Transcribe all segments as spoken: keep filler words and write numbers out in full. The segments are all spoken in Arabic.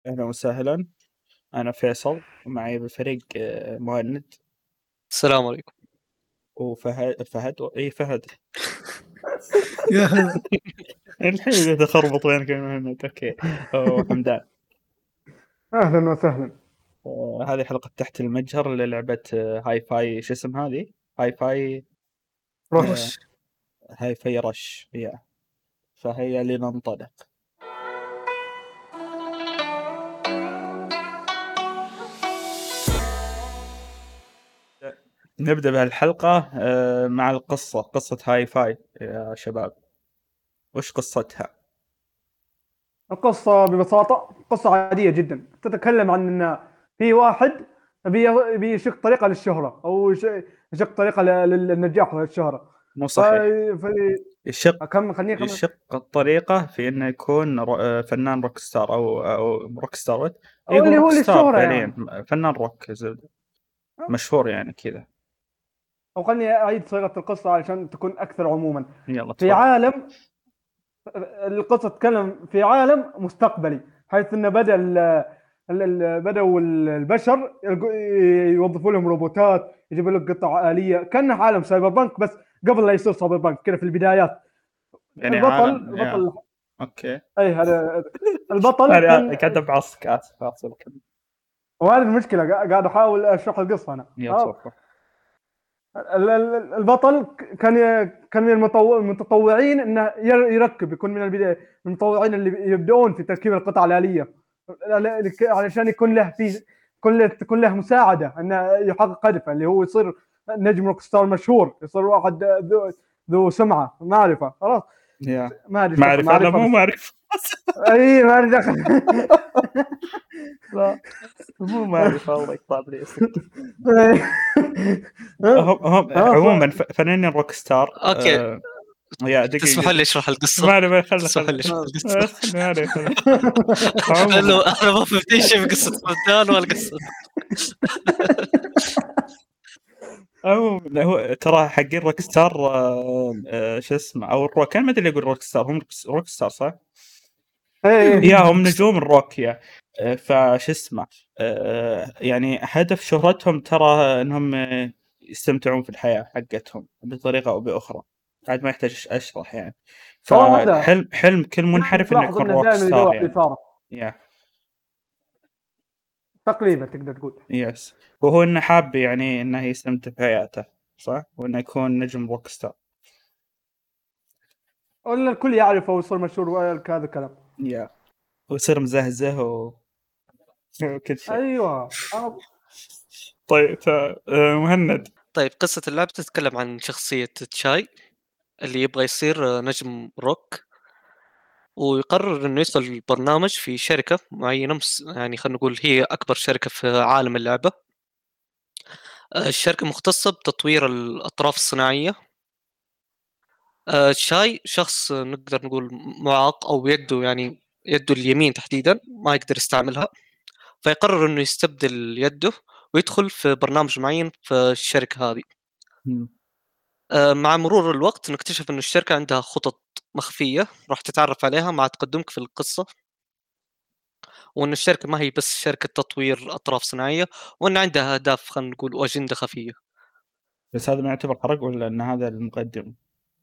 أهلا وسهلا. أنا فيصل ومعي بالفريق آه، مهند السلام عليكم. وفهد فهد إي فهد. يا هلا. الحين تخربط بينك وبين مهند. أوكي. وحمدان. اهلا وسهلا. آه، هذه حلقة تحت المجهر للعبة آه، هاي فاي. شو اسم هذه؟ هاي فاي. آه، رش. هاي فاي رش. يا فهيا لننطلق. نبدأ بهالحلقة آه، مع القصة. قصة هاي فاي يا شباب، وش قصتها؟ القصة ببساطة قصة عادية جدا، تتكلم عن ان في واحد بي- بيشق طريقة للشهرة او يش- يشق طريقة ل- للنجاح والشهرة. مو ف صحيح. ف- يشق كم خليني كم يشق الطريقة في إنه يكون رو- آه، فنان روك ستار أو أو روك ستار. إيه او هو اللي هو روك ستار للشهرة فعليا، يعني. فنان روك زبدة. مشهور يعني كذا. او خليني اعيد صيغة القصة علشان تكون اكثر عموما. يلا في تفضل. عالم القصة تتكلم في عالم مستقبلي، حيث انه بدأ ال ال- ال- بدأوا البشر يلقوا- يوظفوا لهم روبوتات، يجيبوا لك قطع آلية، كأنه عالم سايبر بانك بس قبل لا يصير سايبر بانك كذا في البدايات. يعني البطل عالم يا البطل أوكي. اي هذا البطل أنا كان. كاتب عصك آسف آسف. وهذه المشكلة، قا- قاعد احاول اشرح القصة انا. يا آه، تفضل. ال- ال- البطل كان كان من المطو- المتطوعين انه ير- يركب، يكون من البداية من المتطوعين اللي يبدؤون في تركيب القطع الآلية، علشان يكون له في يكون له تكون له مساعدة انه يحقق هدفه اللي هو يصير نجم روك ستار مشهور، يصير واحد ذو ذو سمعة معرفة. خلاص يا ما ادري ايش دخل معرفة، لا معرفة مو بس. معرفة. اي ما ادري دخل. لا مو معرفة، الله يقطع لي اسمك. هم هم ها عموما ف- ف- فنانين روك ستار. اوكي، آه، يا تسمح دقيقة. لي اشرح القصه؟ ما عليه، خله تسمح لي خله اشرح القصه؟ خله عليه خله. لانه عموما انا ما فهمت اي شيء في قصه فلتان ولا قصه. عموما هو ترى حقين روك ستار. آه، آه، شو اسمه او الروك، انا ما ادري اللي يقول روك ستار. هم روك ستار صح؟ ايه يا هم نجوم الروك يا. آه، فش اسمه. آه، يعني هدف شهرتهم ترى انهم آه، يستمتعون في الحياة حقتهم بطريقة او باخرى. بعد ما يحتاج اشرح يعني. هو هذا فحلم حلم كل منحرف انه تلاحظ يكون انه روك دائما ستار يدور يعني. اثاره يا تقريبا تقدر تقول. يس. وهو انه حاب يعني انه يستمتع بحياته، صح، وانه يكون نجم روك ستار. ولا الكل يعرفه ويصير مشهور وهذا الكلام. يا ويصير مزهزه و- وكل شيء. ايوه أنا... طيب ف- آه، مهند. طيب، قصه اللعبه تتكلم عن شخصيه تشاي اللي يبغى يصير نجم روك، ويقرر انه يدخل برنامج في شركه معينه، مس- يعني خلينا نقول هي اكبر شركه في عالم اللعبه. آه، الشركه مختصه بتطوير الاطراف الصناعيه. آه، شاي شخص نقدر نقول معاق، او يده يعني يده اليمين تحديدا ما يقدر يستعملها، فيقرر انه يستبدل يده ويدخل في برنامج معين في الشركة هذه. مم. آه، مع مرور الوقت نكتشف انه الشركة عندها خطط مخفية راح تتعرف عليها مع تقدمك في القصة، وان الشركة ما هي بس شركة تطوير اطراف صناعية، وان عندها اهداف خلينا نقول واجندة خفية. بس هذا ما يعتبر حرق ولا ان هذا المقدم؟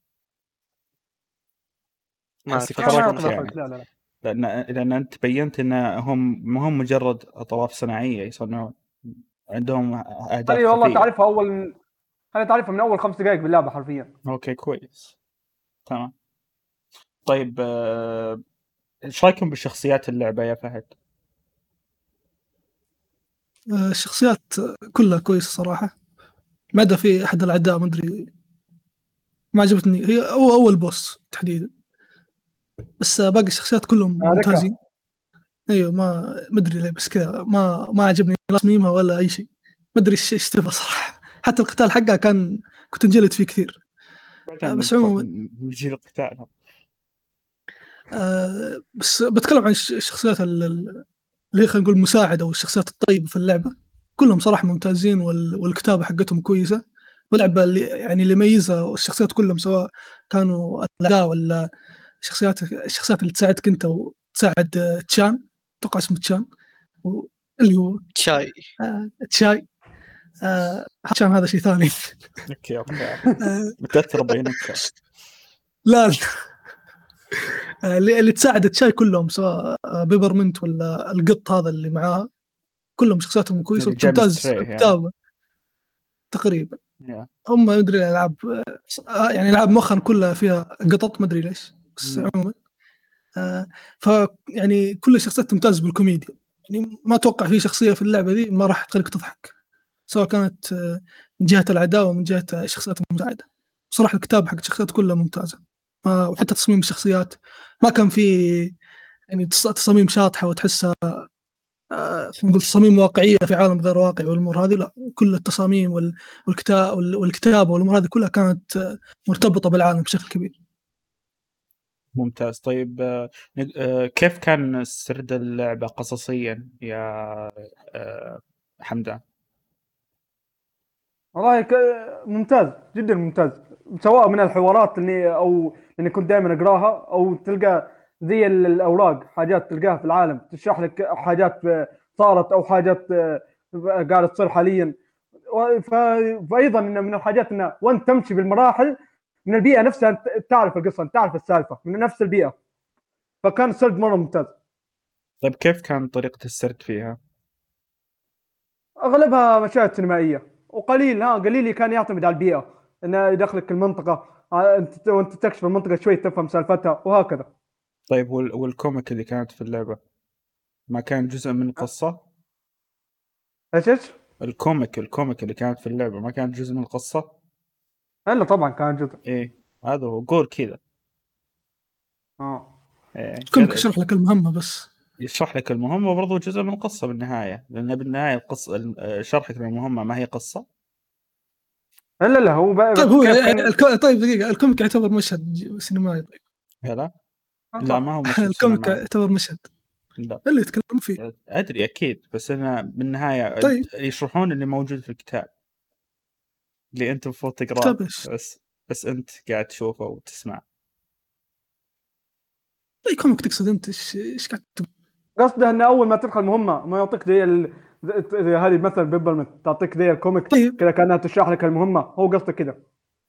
ما حسك اعرف لا ايش ما حرقت يعتبر قصدك. حرق، يعني. لا لا لا. لان لان انت بينت ان هم ما هم مجرد اطراف صناعيه يصنعون، عندهم اهداف هذه والله خفيه. تعرفها اول هذه تعرفها من اول خمس دقائق باللعبه حرفيا. اوكي كويس. تمام. طيب آه، ايش رايكم بشخصيات اللعبه يا فهد؟ آه، الشخصيات كلها كويسة صراحة، ما عدا في أحد الأعداء ما أدري، ما عجبتني، هي هو أول بوس تحديدا، بس آه، باقي الشخصيات كلهم هذاك ممتازين. أيوة، ما ما أدري ليه، بس كذا ما ما عجبني لا تصميمها ولا أي شيء، ما أدري إيش إيش تبغى صراحة. حتى القتال حقها كان كنت انجلد فيه كثير. آه، بعدين بس ندخل عموما نجي القتال. آه، بس بتكلم عن الش- الشخصيات ال- ال- اللي هي خلينا نقول مساعدة، والشخصيات الطيبة في اللعبة كلهم صراحة ممتازين، وال- والكتابة حقتهم كويسة. واللعبة اللي يعني اللي يميزها الشخصيات كلهم، سواء كانوا الأعداء ولا الشخصيات الشخصيات اللي تساعدك أنت وتساعد آه، تشان، اتوقع اسمه تشان، اللي هو شاي آه تشاي. آه تشان هذا شيء ثاني. اوكي اوكي آه متاثر بينك. لا اللي اللي تساعد تشاي كلهم، سواء بيبرمنت ولا القط هذا اللي معاها، كلهم شخصياتهم كويسه وتمتاز كتابه تقريبا. yeah. هم ما ادري الالعاب يعني العاب مؤخرا كلها فيها قطط ما ادري ليش، بس عموما آه ف يعني كل الشخصيات تمتاز بالكوميديا، يعني ما اتوقع في شخصيه في اللعبه دي ما راح تخليك تضحك، سواء كانت من جهه العداوه ومن جهه الشخصيات المساعده. بصراحه الكتاب حق الشخصيات كلها ممتازه، وحتى تصميم الشخصيات ما كان في يعني تصاميم شاطحه وتحسها آه نقول تصاميم واقعيه في عالم غير واقعي والامور هذه، لا كل التصاميم والكتاب والكتابه والامور هذه كلها كانت مرتبطه بالعالم بشكل كبير. ممتاز. طيب كيف كان سرد اللعبه قصصيا يا حمدان؟ والله ممتاز جدا ممتاز، سواء من الحوارات اللي او اللي كنت دائما اقراها، او تلقى زي الاوراق حاجات تلقاها في العالم تشرح لك حاجات صارت او حاجات قاعده تصير حاليا. فايضا إن من الحاجات انه وانت تمشي بالمراحل من البيئه نفسها تعرف القصه، تعرف السالفه من نفس البيئه، فكان السرد مره ممتاز. طيب كيف كان طريقه السرد فيها؟ اغلبها مشاهد سينمائيه، وقليل ها قليل كان يعتمد على البيئه، انه يدخلك المنطقه انت وانت تكشف المنطقه شوي تفهم سالفتها وهكذا. طيب والكوميك اللي كانت في اللعبه ما كان جزء من القصه؟ ايش ايش الكوميك الكوميك اللي كانت في اللعبه ما كانت جزء من القصه؟ الا طبعا كان جزء. ايه هذا هو قول كذا. اه إيه. الكوميك يشرح لك المهمه، بس يشرح لك المهمه وبرضه جزء من القصه بالنهايه، لان بالنهايه القصه شرحك للمهمه ما هي قصه. لا لا هو بقى طيب هو كان... الكو... طيب دقيقه، الكوميك يعتبر مشهد سينمائي؟ طيب لا لا ما هو مشهد الكوميك يعتبر مشهد لا اللي يتكلم فيه ادري اكيد، بس انا بالنهايه طيب. يشرحون اللي موجود في الكتاب اللي انت المفروض تقراه، بس بس انت قاعد تشوفه وتسمع. اي كوميك تقصد انت؟ ايش ايش قاعد تقول؟ قصده انه اول ما تدخل مهمه ما يعطيك زي ال... هذه مثلا بيبرمنت تعطيك زي الكوميك طيب. كذا كانها تشرح لك المهمه، هو قصده كذا.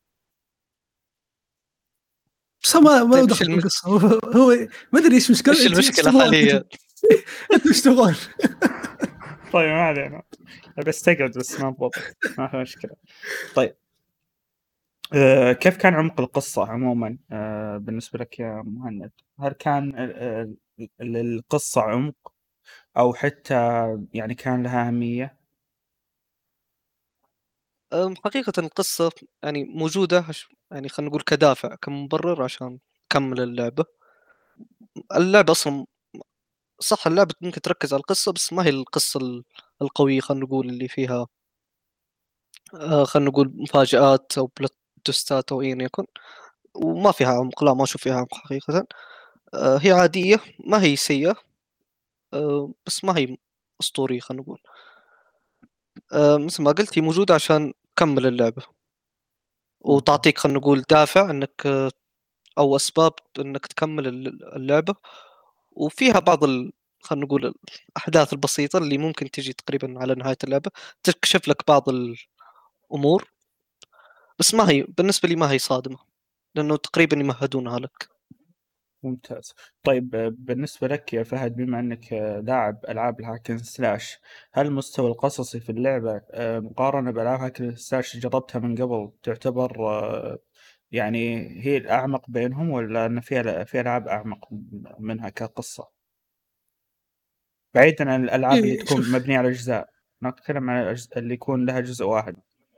بس ما ما دخل في القصه، هو ما ادري ايش مشكله ايش المشكله حاليا. انت ايش تبغى؟ طيب ما علينا، بس تقعد بس ما بضبط ما في مشكله. طيب أه كيف كان عمق القصه عموما أه بالنسبه لك يا مهند؟ هل كان أه القصه عمق او حتى يعني كان لها اهميه؟ حقيقه القصه يعني موجوده يعني خلينا نقول كدافع كمبرر عشان كمل اللعبه. اللعبه اصلا صح اللعبة ممكن تركز على القصة، بس ما هي القصة القوية خلينا نقول اللي فيها آه خلينا نقول مفاجآت أو بلوت توستات أو أيا يكن، وما فيها عمق. لا ما أشوف فيها عمق حقيقة. آه هي عادية، ما هي سيئة، آه بس ما هي أسطورية خلينا نقول. آه مثل ما قلت هي موجودة عشان تكمل اللعبة وتعطيك خلينا نقول دافع إنك آه أو أسباب إنك تكمل اللعبة، وفيها بعض ال... خلينا نقول الأحداث البسيطة اللي ممكن تجي تقريبا على نهاية اللعبة تكشف لك بعض الأمور، بس ما هي بالنسبة لي ما هي صادمة لأنه تقريبا يمهدونها لك. ممتاز. طيب بالنسبة لك يا فهد، بما أنك لاعب ألعاب الهاكن سلاش، هل المستوى القصصي في اللعبة مقارنة بألعاب هاكن سلاش جربتها من قبل تعتبر يعني هي الأعمق بينهم، ولا أن في في ألعاب أعمق منها كقصة بعيدا عن الألعاب إيه اللي تكون شوف. مبنية على أجزاء؟ نتكلم عن اللي يكون لها جزء واحد.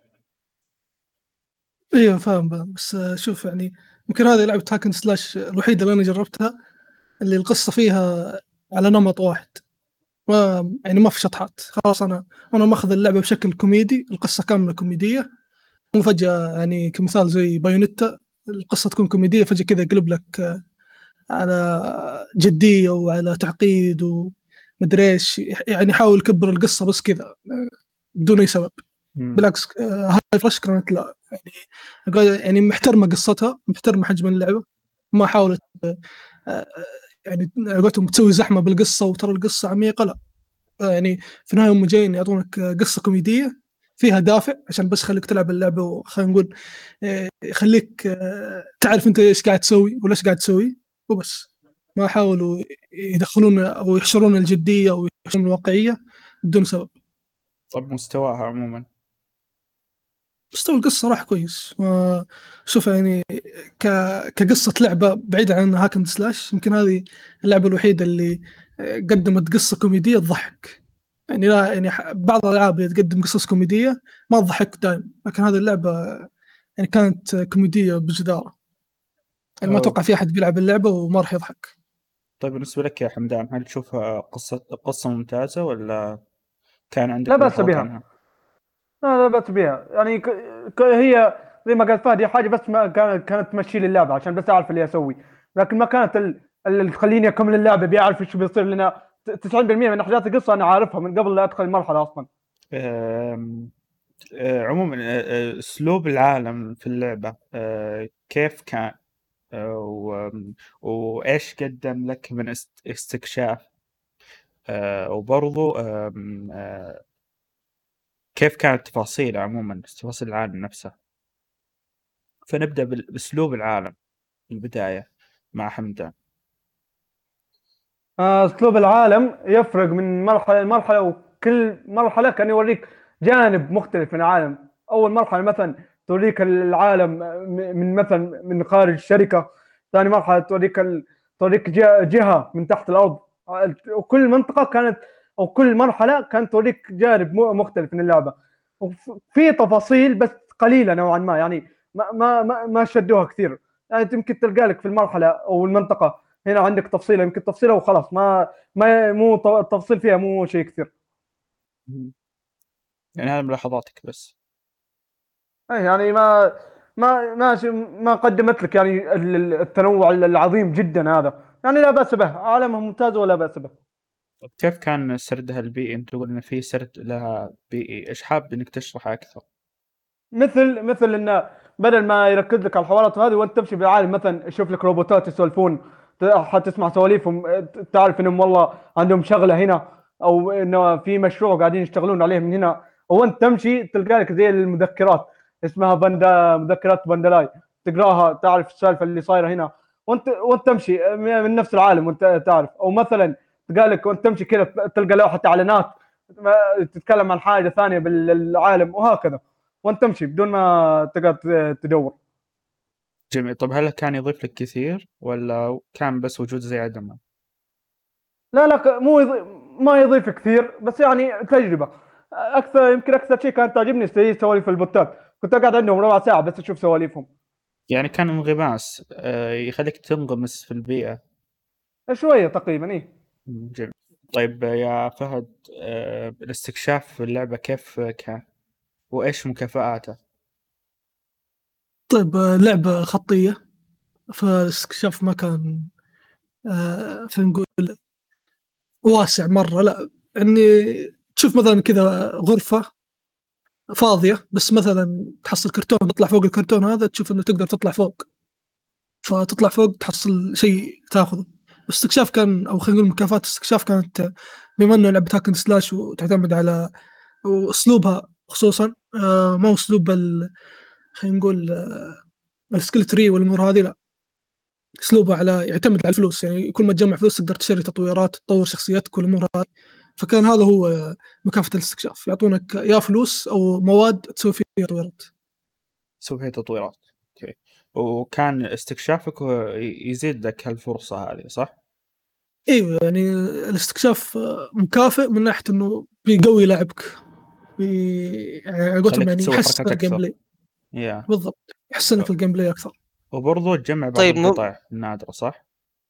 ايوه فاهم فاهم بس شوف يعني يمكن هذه لعبة هاكن سلاش الوحيدة اللي أنا جربتها اللي القصة فيها على نمط واحد، ما يعني ما في شطحات. خلاص أنا أنا ماخذ اللعبة بشكل كوميدي، القصة كاملة كوميدية، مو فجأة يعني كمثال زي بايونيتا القصة تكون كوميدية فجأة كذا يقلب لك على جدية وعلى تعقيد ومدري إيش، يعني حاول يكبر القصة بس كذا بدون أي سبب. مم. بالعكس هاي فلاش كانت لا يعني يعني محترمة قصتها، محترمة حجم اللعبة، ما حاولت يعني قلتهم بتسوي زحمة بالقصة وترى القصة عميقة، لا يعني في النهاية هم جايين يعطونك قصة كوميدية فيها دافع عشان بس خليك تلعب اللعبة، وخلينا نقول يخليك تعرف انت ايش قاعد تسوي ولا ايش قاعد تسوي وبس. ما حاولوا يدخلون او يحشرون الجدية او يحشرون الواقعية بدون سبب. طب مستواها عموما مستوى القصة راح كويس. شوف يعني ك... كقصة لعبة بعيدة عن هاكن سلاش، يمكن هذه اللعبة الوحيدة اللي قدمت قصة كوميدية تضحك. يعني لا يعني بعض الألعاب اللي تقدم قصص كوميدية ما تضحك دائما، لكن هذه اللعبة يعني كانت كوميدية بجدارة. يعني ما أو. أتوقع في أحد بيلعب اللعبة وما راح يضحك. طيب بالنسبة لك يا حمدان، هل تشوفها قصة قصة ممتازة ولا كان عندك لا بأس ملاحظات بها. عنها؟ لا لا بأس بها يعني ك... ك... هي زي ما قال فهد، هي حاجة بس ما كانت كانت تمشي لي اللعبة عشان بس أعرف اللي أسوي، لكن ما كانت ال... اللي تخليني أكمل اللعبة بيعرف إيش بيصير لنا. تسعين بالمئة من أحداث القصة أنا عارفها من قبل لا أدخل المرحلة أصلا. أم... أه، عموما أه، أه، أسلوب العالم في اللعبة أه، كيف كان أه، و... وإيش قدم لك من است... استكشاف أه، وبرضو أم، أه، كيف كانت تفاصيل عموما تفاصيل العالم نفسها. فنبدأ بال- بأسلوب العالم في البداية مع حمدان. آه، اسلوب العالم يفرق من مرحله لمرحله، وكل مرحله كان يوريك جانب مختلف من العالم. اول مرحله مثلا توريك العالم م- من مثلا من خارج الشركه، ثاني مرحله توريك ال... توريك جه- جهه من تحت الارض. وكل منطقه كانت او كل مرحله كانت توريك جانب م- مختلف من اللعبه. وفي تفاصيل بس قليله نوعا ما، يعني ما ما ما, ما شدوها كثير. يعني يمكن تلقى لك في المرحله او المنطقه هنا عندك تفصيله، يمكن تفصيله وخلاص، ما ما مو ط- التفصيل فيها مو شيء كثير. مم. يعني هذه ملاحظاتك بس. اي يعني ما ما ما ش- ما قدمت لك يعني ال- ال- التنوع العظيم جدا هذا، يعني لا باس به، عالمه ممتاز ولا باس به. طب كيف كان سردها البيئي؟ انت تقول ان في سرد لها بيئي، ايش حاب انك تشرحها اكثر؟ مثل مثل انه بدل ما يركز لك على الحوارات هذه وانت تمشي بالعالم، مثلا يشوف لك روبوتات يسولفون، ت- حتسمع سواليفهم، ت- تعرف انهم والله عندهم شغله هنا، او انه في مشروع قاعدين يشتغلون عليه من هنا. وانت تمشي تلقى لك زي المذكرات اسمها بندا، مذكرات بندلاي، تقراها تعرف السالفه اللي صايره هنا. وانت وانت تمشي من نفس العالم وانت تعرف. او مثلا تلقى لك وانت تمشي كذا تلقى لوحه اعلانات تتكلم عن حاجه ثانيه بالعالم، وهكذا وانت تمشي بدون ما تقعد تدور. جميل. طب هل كان يضيف لك كثير ولا كان بس وجود زي عدمه؟ لا لا مو يضيف، ما يضيف كثير، بس يعني تجربه. اكثر يمكن اكثر شيء كانت تعجبني هي سواليف البوتات، كنت اقعد عندهم ربع ساعه بس اشوف سواليفهم. يعني كان انغماس، آه، يخليك تنغمس في البيئة. شويه تقريبا ايه. مم، جميل. طيب يا فهد، آه، الاستكشاف في اللعبة كيف كان وايش مكافآته؟ طيب آه، لعبة خطية، فالاستكشاف ما كان آه فنقول واسع مرة، لا يعني تشوف مثلا كذا غرفة فاضية بس مثلا تحصل كرتون تطلع فوق الكرتون هذا تشوف انه تقدر تطلع فوق، فتطلع فوق تحصل شيء تاخذه. الاستكشاف كان او خلينا نقول مكافآت الاستكشاف كانت بما انه لعبة هاكن سلاش وتعتمد على اسلوبها خصوصا آه ما هو اسلوب ال- خلينا نقول آه السكيل تري والامور هذه، لا اسلوبه على يعتمد على الفلوس، يعني كل ما تجمع فلوس تقدر تشتري تطويرات تطور شخصيتك والامور هذه. فكان هذا هو مكافأة الاستكشاف، يعطونك يا فلوس او مواد تسوي فيها تطويرات. تسوي فيها تطويرات. اوكي. وكان استكشافك هو يزيد لك هالفرصة هذه، صح؟ ايوه يعني الاستكشاف مكافئ من ناحيه انه بيقوي لاعبك، بي يعني قلتهم خليك يعني تسوي يحسن حركات الجيم اكثر. بلاي. يا بالضبط يحسن في الجيم بلاي اكثر. وبرضو تجمع بعض طيب مو القطع النادرة، صح؟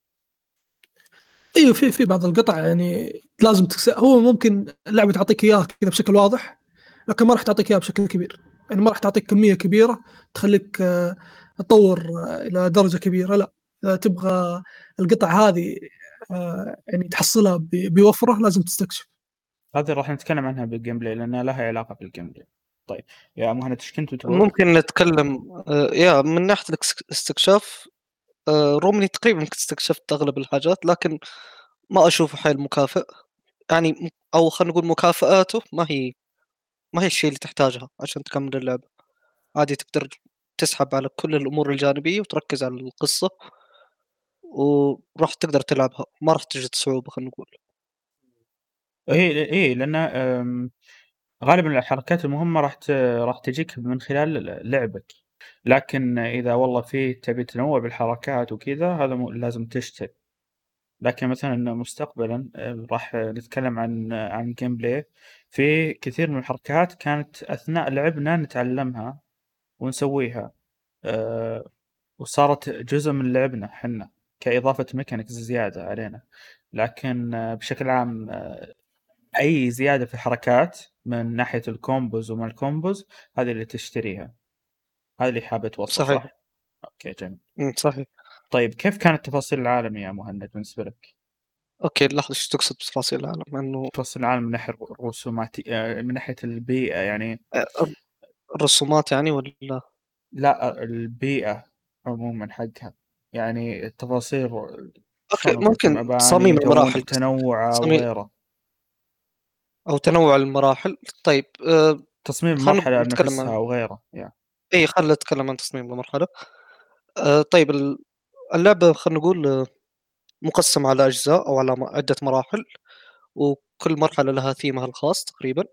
ايوه في في بعض القطع يعني لازم تكس... هو ممكن اللعبه تعطيك اياها كذا بشكل واضح، لكن ما راح تعطيك اياها بشكل كبير. يعني ما راح تعطيك كميه كبيره تخليك آه، تطور آه، الى درجه كبيره، لا. اذا تبغى القطع هذه آه، يعني تحصلها ب- بوفره لازم تستكشف. هذه راح نتكلم عنها بالجيم بلاي لأنها لها علاقة بالجيم بلاي. طيب يا مهند، ايش كنت تقول؟ ممكن نتكلم آه، يا من ناحية الاستكشاف آه، روماني تقريبا كنت استكشفت أغلب الحاجات، لكن ما أشوفه حيل مكافئ. يعني م- أو خلينا نقول مكافآته ما هي ما هي الشيء اللي تحتاجها عشان تكمل اللعبة. عادي تقدر تسحب على كل الأمور الجانبية وتركز على القصة، وراح تقدر تلعبها، ما راح تجد صعوبة خلينا نقول. إيه إيه لأن آم، غالبا الحركات المهمة راح ت... راح تجيك من خلال لعبك، لكن إذا والله في تبي تنوع بالحركات وكذا هذا م... لازم تشتري. لكن مثلا مستقبلا آه، راح نتكلم عن عن جيم بلاي. في كثير من الحركات كانت أثناء لعبنا نتعلمها ونسويها، أه وصارت جزء من لعبنا حنا كإضافة ميكانيكس زيادة علينا. لكن آه، بشكل عام آه، أي زيادة في الحركات من ناحية الكومبوز وما الكومبوز هذه اللي تشتريها، هذا اللي حابة توصل صحيح. صح؟ أوكي جميل. امم صحيح. طيب كيف كانت تفاصيل العالم يا مهند بالنسبة لك؟ أوكي، لحظة، إيش تقصد بتفاصيل العالم؟ إنه تفاصيل العالم من ناحية الرسومات آه، من ناحية البيئة يعني. آه، الرسومات يعني ولا؟ لا البيئة عموما حقها، يعني التفاصيل، أوكي، شلون أقول لك، ممكن مباني تصاميم جو المراحل قصدك. متنوعة تصاميم وغيره. أو تنوع المراحل. طيب أه تصميم خلينا المرحلة نتكلم نفسها عن وغيره يعني. إيه خلينا نتكلم عن تصميم المرحلة. أه طيب ال- اللعبة خلينا نقول آه، مقسمة على أجزاء أو على م- عدة مراحل، وكل مرحلة لها ثيمها الخاص تقريبا.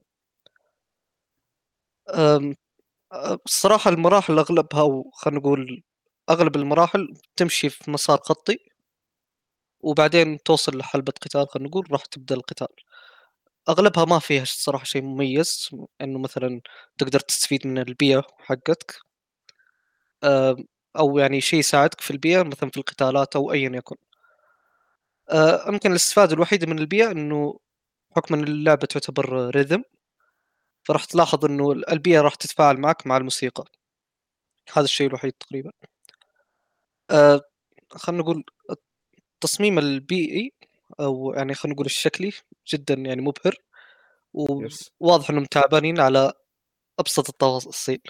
أم، أه، الصراحة المراحل أغلبها، أو خلينا نقول أغلب المراحل تمشي في مسار خطي، وبعدين توصل لحلبة قتال خلينا نقول راح تبدأ القتال. أغلبها ما فيها الصراحة شيء مميز، إنه مثلا تقدر تستفيد من البيئة حقتك، آه، أو يعني شيء يساعدك في البيئة مثلا في القتالات أو أيا يكن. آه، يمكن الاستفادة الوحيدة من البيئة إنه بحكم إن اللعبة تعتبر ريذم، فراح تلاحظ إنه البيئة راح تتفاعل معك مع الموسيقى. هذا الشيء الوحيد تقريبا. آه، خلينا نقول التصميم البيئي، أو يعني خلينا نقول الشكلي، جدا يعني مبهر، يس. وواضح إنهم تعبانين على أبسط التفاصيل.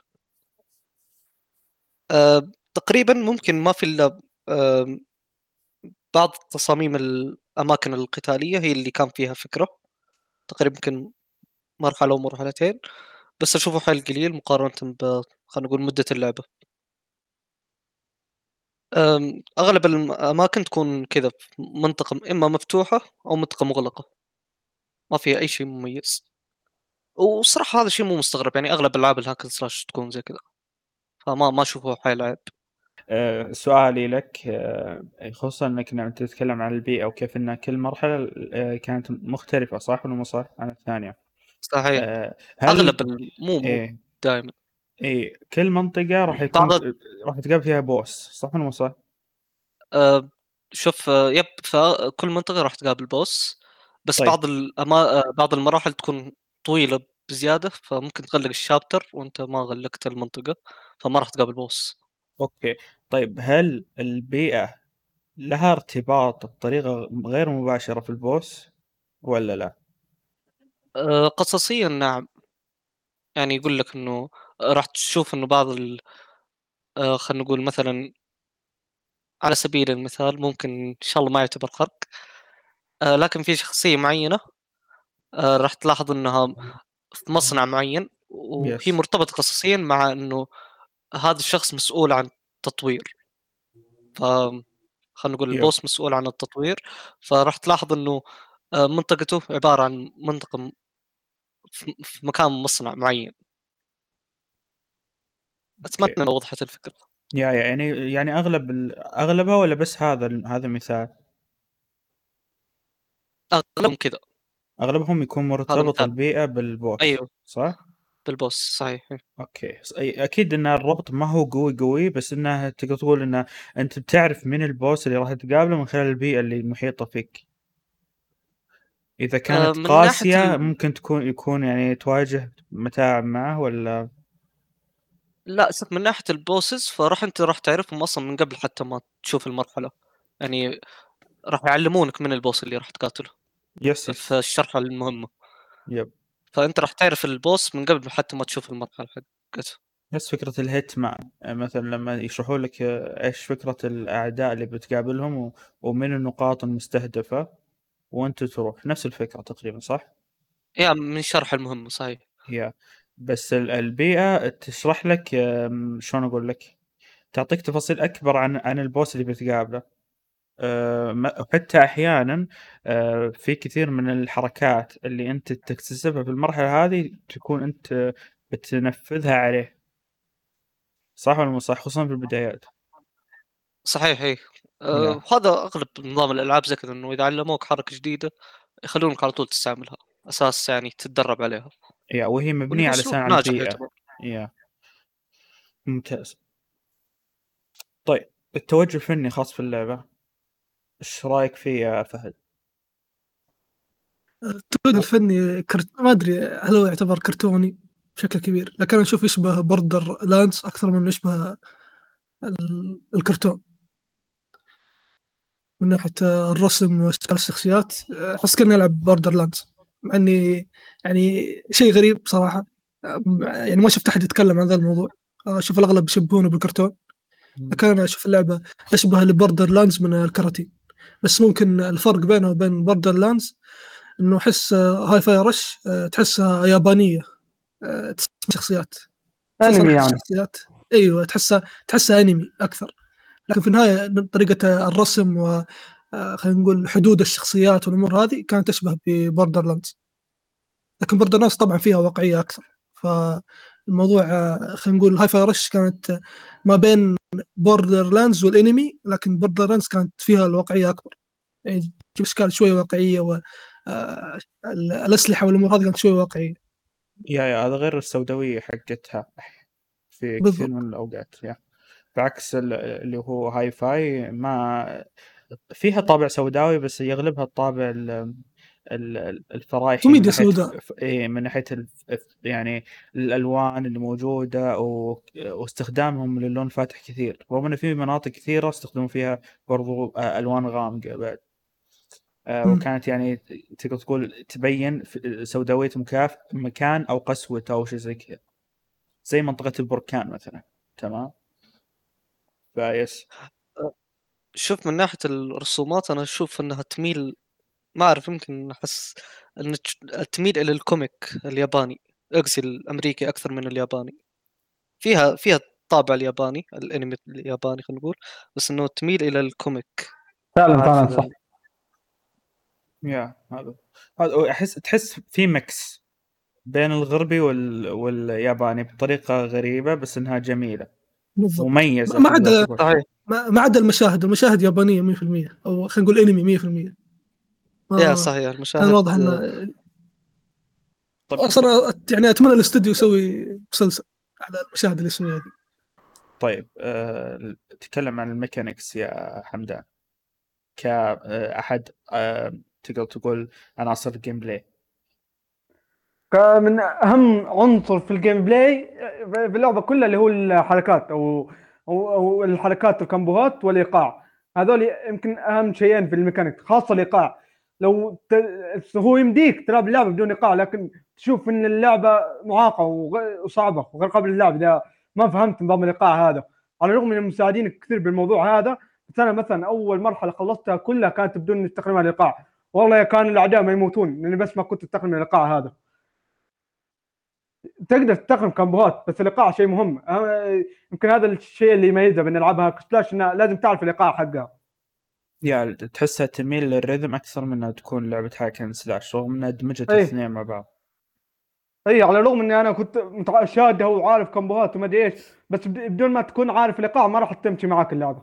آه، تقريبا ممكن ما في إلا آه، بعض تصاميم الأماكن القتالية هي اللي كان فيها فكرة، تقريبا يمكن مرحلة أو مرحلتين، بس أشوفه حيل قليل مقارنة ب خلينا نقول مدة اللعبة. آم، أغلب الأماكن تكون كذا في منطقة إما مفتوحة أو منطقة مغلقة، ما فيها أي شيء مميز. وصراحة هذا الشيء مو مستغرب، يعني أغلب ألعاب الهاكن سلاش تكون زي كذا، فما ما أشوفه حيل عيب. أه سؤالي لك أه خصوصا انك نعم تتكلم عن البيئة وكيف ان كل مرحلة أه كانت مختلفة صح ولا مو صح عن الثانية؟ صحيح. أه هل أغلب ال- مو مو ايه دائما. ايه كل منطقة راح بعض يكون راح تقابل فيها بوس صح ولا مو صح؟ آه، شوف، آه، يب فكل منطقة راح تقابل بوس، بس طيب بعض الأما... آه، بعض المراحل تكون طويلة بزيادة، فممكن تغلق الشابتر وأنت ما غلقت المنطقة، فما راح تقابل بوس. اوكي. طيب هل البيئة لها ارتباط بطريقة غير مباشرة في البوس ولا لا؟ آه، قصصيا نعم. يعني يقول لك إنه راح تشوف إنه بعض ال... آه، خلينا نقول مثلا، على سبيل المثال ممكن إن شاء الله ما يعتبر خرق، آه، لكن في شخصية معينة آه، راح تلاحظ إنها في مصنع معين، وهي يس. مرتبطة قصصيا مع إنه هذا الشخص مسؤول عن تطوير. ف خلينا نقول يب. البوس مسؤول عن التطوير، فراح تلاحظ إنه آه، منطقته عبارة عن منطقة م- في في مكان مصنع معين. أتمنى اوكي. أن وضحت الفكرة. يا يا يعني يعني اغلب ال- اغلبها ولا بس هذا ال- هذا مثال؟ أغلبهم كذا. اغلبهم يكون هذا مرتبط مثال. البيئة بالبوس أيوه، صح؟ بالبوس صحيح. اوكي ص- أي- اكيد ان الربط ما هو قوي قوي، بس انه تقدر تقول انه انت بتعرف من البوس اللي راح تقابله من خلال البيئة اللي محيطة فيك. اذا آه، كانت من ناحية قاسية ال... ممكن تكون يكون يعني تواجه متاعب معه ولا؟ لا، شوف، من ناحية البوسز فراح أنت راح تعرفهم أصلا من قبل حتى ما تشوف المرحلة. يعني راح يعلمونك من البوس اللي راح تقاتله يس في يس. الشرح المهمة، يب. فأنت راح تعرف البوس من قبل حتى ما تشوف المرحلة حقته. نفس فكرة الهيت مان مثلا لما يشرحوا لك ايش فكرة الأعداء اللي بتقابلهم و... ومن النقاط المستهدفة وانت تروح، نفس الفكرة تقريبا صح؟ يا من شرح المهمة صحيح. هي بس ال- البيئة تشرح لك أم، شلون أقول لك، تعطيك تفاصيل أكبر عن عن البوس اللي بتقابله. أه، ما- حتى أحيانا أه، في كثير من الحركات اللي أنت تكتسبها في المرحلة هذه تكون أنت بتنفذها عليه، صح ولا مو صح؟ خصوصا في البدايات. صحيح ايه. يا أه هذا اغلب نظام الالعاب زي كذا، انه اذا علموك حركة جديدة يخلونك على طول تستعملها، اساس يعني تتدرب عليها. يا وهي مبنية على والاسلوب سنة على ناجح البيئة. يعتبر. يا ممتاز. طيب التوجه الفني خاص في اللعبة، ايش رايك فيه يا فهد؟ التقليد الفني كرت... ما ادري هل هو يعتبر كرتوني بشكل كبير، لكن انا اشوف يشبه بوردر لاندز اكثر من إنه يشبه ال... الكرتون من ناحيه الرسم واشكال الشخصيات. احس كاني العب بوردر لاندز، مع اني يعني شيء غريب صراحه. يعني ما شفت احد يتكلم عن ذا الموضوع، اشوف الاغلب يشبهونه بالكرتون، لكن انا اشوف اللعبه اشبه لبوردر لاندز من الكراتين. بس ممكن الفرق بينه وبين بوردر لاندز انه احس هاي فاي رش تحسها يابانيه. آه، تصميم شخصيات، خصوصا انمي يعني. الشخصيات. ايوه تحسها تحسها انمي اكثر، لكن في النهايه طريقه الرسم و آه، خلينا نقول حدود الشخصيات والامور هذه كانت تشبه ببوردر لاندز. لكن بوردر لاندز طبعا فيها واقعيه اكثر. فالموضوع آه، خلينا نقول هاي فاي رش كانت ما بين بوردر لاندز والانمي، لكن بوردر لاندز كانت فيها الواقعيه اكبر، يعني تجيب اشكال شويه واقعيه، والاسلحه والامور هذه كانت شويه واقعيه. يا يا هذا غير السوداوية حقتها في كثير بالضبط. من الأوقات. يا بعكس ال- اللي هو هاي فاي ما فيها طابع سوداوي، بس يغلبها الطابع ال- ال- الفرايحي من كوميديا ناحية ف- سوداء. ف- إيه من ناحية الف- يعني الألوان اللي موجودة و- واستخدامهم للون الفاتح كثير، رغم إن في مناطق كثيرة استخدموا فيها برضو آه، ألوان غامقة بعد. آه، مم. وكانت يعني تقدر تقول تبين في- سوداوية مكاف مكان أو قسوته أو شيء زي كذا، زي منطقة البركان مثلا. تمام. فيس. شوف من ناحية الرسومات انا اشوف انها تميل، ما اعرف، يمكن احس ان تش- تميل الى الكوميك الياباني، اقصي الامريكي اكثر من الياباني. فيها فيها الطابع الياباني، الانمي الياباني خلينا نقول، بس انه تميل الى الكوميك. ما فعلا اعرف فعلا اذا. صح. يا هذا هذا احس تحس في ميكس بين الغربي وال... والياباني بطريقة غريبة، بس انها جميلة بالضبط. مميزة ما تقدر عدا تقول. صحيح. ما ما عدا المشاهد المشاهد يابانيه مية في المية، او خلينا نقول انمي مية في المية. يا ما صحيح كان المشاهد. واضح انه طيب. اصلا يعني اتمنى الاستوديو يسوي مسلسل على المشاهد اللي يسويها هذه. طيب أه... تكلم عن الميكانيكس يا حمدان، كأحد أه... تقدر تقول عناصر الجيم بلاي. من اهم عنصر في الجيم بلاي في اللعبه كلها اللي هو الحركات او او, أو الحركات والكمبوهات والايقاع. هذول يمكن اهم شيئين في الميكانيك، خاصه الايقاع. لو ت... هو يمديك تلعب اللعبه بدون ايقاع، لكن تشوف ان اللعبه معاقه وغ- وصعبه وغير قابله للعب اذا ما فهمت نظام الايقاع هذا. على الرغم من المساعدين كثير بالموضوع هذا، بس انا مثلا اول مرحله خلصتها كلها كانت بدون استخدام الايقاع. والله كان الاعداء ما يموتون لاني بس ما كنت استخدم الايقاع هذا. تقدر تستخدم كامبوهات، بس الايقاع شيء مهم. أه، يمكن هذا الشيء اللي يميزها بين العابها كسلاش، انها لازم تعرف الايقاع حقها. يا تحسها تميل للريذم أكثر من أنها تكون لعبة هاكن سلاش، رغم أنها دمجت اي الاثنين مع بعض. اي على الرغم اني انا كنت متع- شاده وعارف كامبوهات وما ادري ايش، بس بد- بدون ما تكون عارف الايقاع ما راح تمشي معاك اللعبه.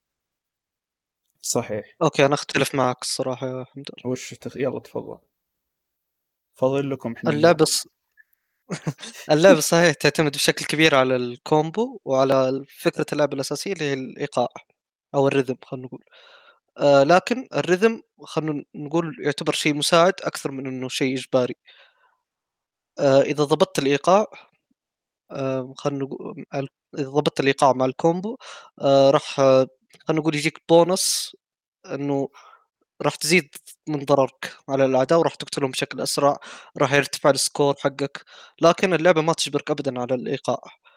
صحيح. اوكي انا اختلف معك الصراحة يا حمد. وش تخ... يلا تفضل، فاضل لكم احنا نقول. اللعبة ص... اللعبة صحيح تعتمد بشكل كبير على الكومبو وعلى فكرة اللعبة الأساسية اللي هي الإيقاع أو الريذم خلينا نقول. آه لكن الريذم خلينا نقول يعتبر شيء مساعد أكثر من إنه شيء إجباري. آه إذا ضبطت الإيقاع، آه خلينا نقول إذا ضبطت الإيقاع مع الكومبو، آه راح آه خلينا نقول يجيك بونص، إنه راح تزيد من ضررك على الأعداء وراح تقتلهم بشكل أسرع، راح يرتفع السكور حقك. لكن اللعبة ما تجبرك أبدا على الإيقاع.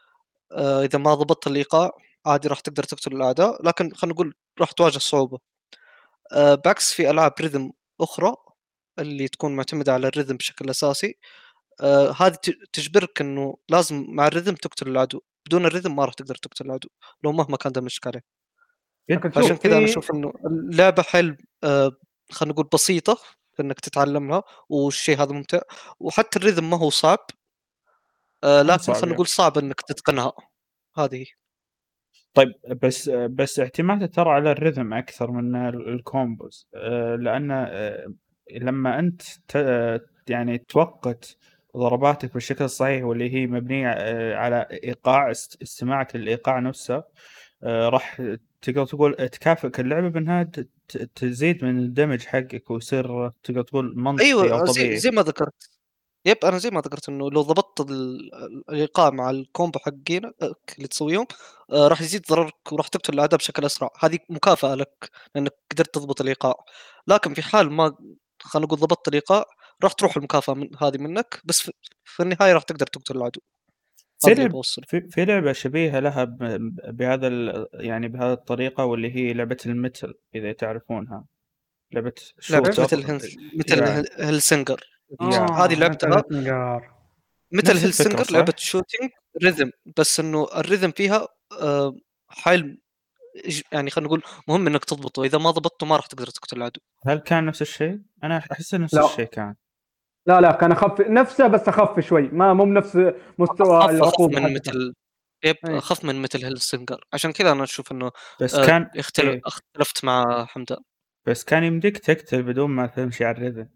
آه، اذا ما ضبطت الايقاع عادي راح تقدر تقتل الاعداء، لكن خلينا نقول راح تواجه صعوبه. آه، بعكس في العاب ريذم اخرى اللي تكون معتمده على الريذم بشكل اساسي، آه، هذه ت- تجبرك انه لازم مع الريذم تقتل العدو، بدون الريذم ما راح تقدر تقتل العدو لو مهما كان دمجك عليه. لكن عشان شوف كذا انا في اشوف انه اللعبه حيل آه، خلينا نقول بسيطه في انك تتعلمها، والشيء هذا ممتع. وحتى الريذم ما هو صعب، آه، مو لكن صعب خلينا يعني. نقول صعب انك تتقنها. هذه هي. طيب بس بس اعتماده ترى على الرhythm أكثر من ال- الكومبوز، آه، لأن آه، لما أنت ت- يعني توقت ضرباتك بالشكل الصحيح واللي هي مبنية آه، على إيقاع است- استماعك للإيقاع نفسه، آه، راح تقدر تقول تكافئك اللعبة بأنها ت- ت- تزيد من الدمج حقك ويصير تقدر تقول منطقي أو ايوه زي طبيعي. زي ما ذكرت. يب انا زي ما ذكرت انه لو ضبطت ال- ال- الايقاع مع الكومبو حقين اللي تسويهم، آه، راح يزيد ضررك وراح تقتل الاعداء بشكل اسرع. هذه مكافاه لك لانك قدرت تضبط الايقاع. لكن في حال ما خلينا نقول ضبطت الايقاع، راح تروح المكافاه من هذه منك، بس في, في النهايه راح تقدر تقتل العدو. في هذا اللي لعب بوصله. في, في لعبة شبيهة لها ب- بهذا ال- يعني بهذه الطريقة، واللي هي لعبة المتل إذا تعرفونها. لعبة لعبه إيه؟ مثل شوتر. هنس... مثل يا هيل- هيلسنجر. يا هذه اه مثل لعبتها هيتنجر. مثل نفس الفكرة هيلسنجر، لعبه صح؟ شوتينج ريذم، بس انه الريذم فيها آه، حيل إج- يعني خلينا نقول مهم انك تضبطه، اذا ما ضبطته ما راح تقدر تقتل العدو. هل كان نفس الشيء؟ أنا أحس إن نفس الشيء لا كان. لا لا كان اخف نفسه، بس اخف شوي، ما مو بنفس مستوى اخف اخف العقوبه من حقته. مثل يب اي اخف من مثل هيلسنجر. عشان كذا انا اشوف انه بس آه، كان اختلف إيه اختلفت مع حمدان. بس كان يمديك تقتل بدون ما تمشي على الرذم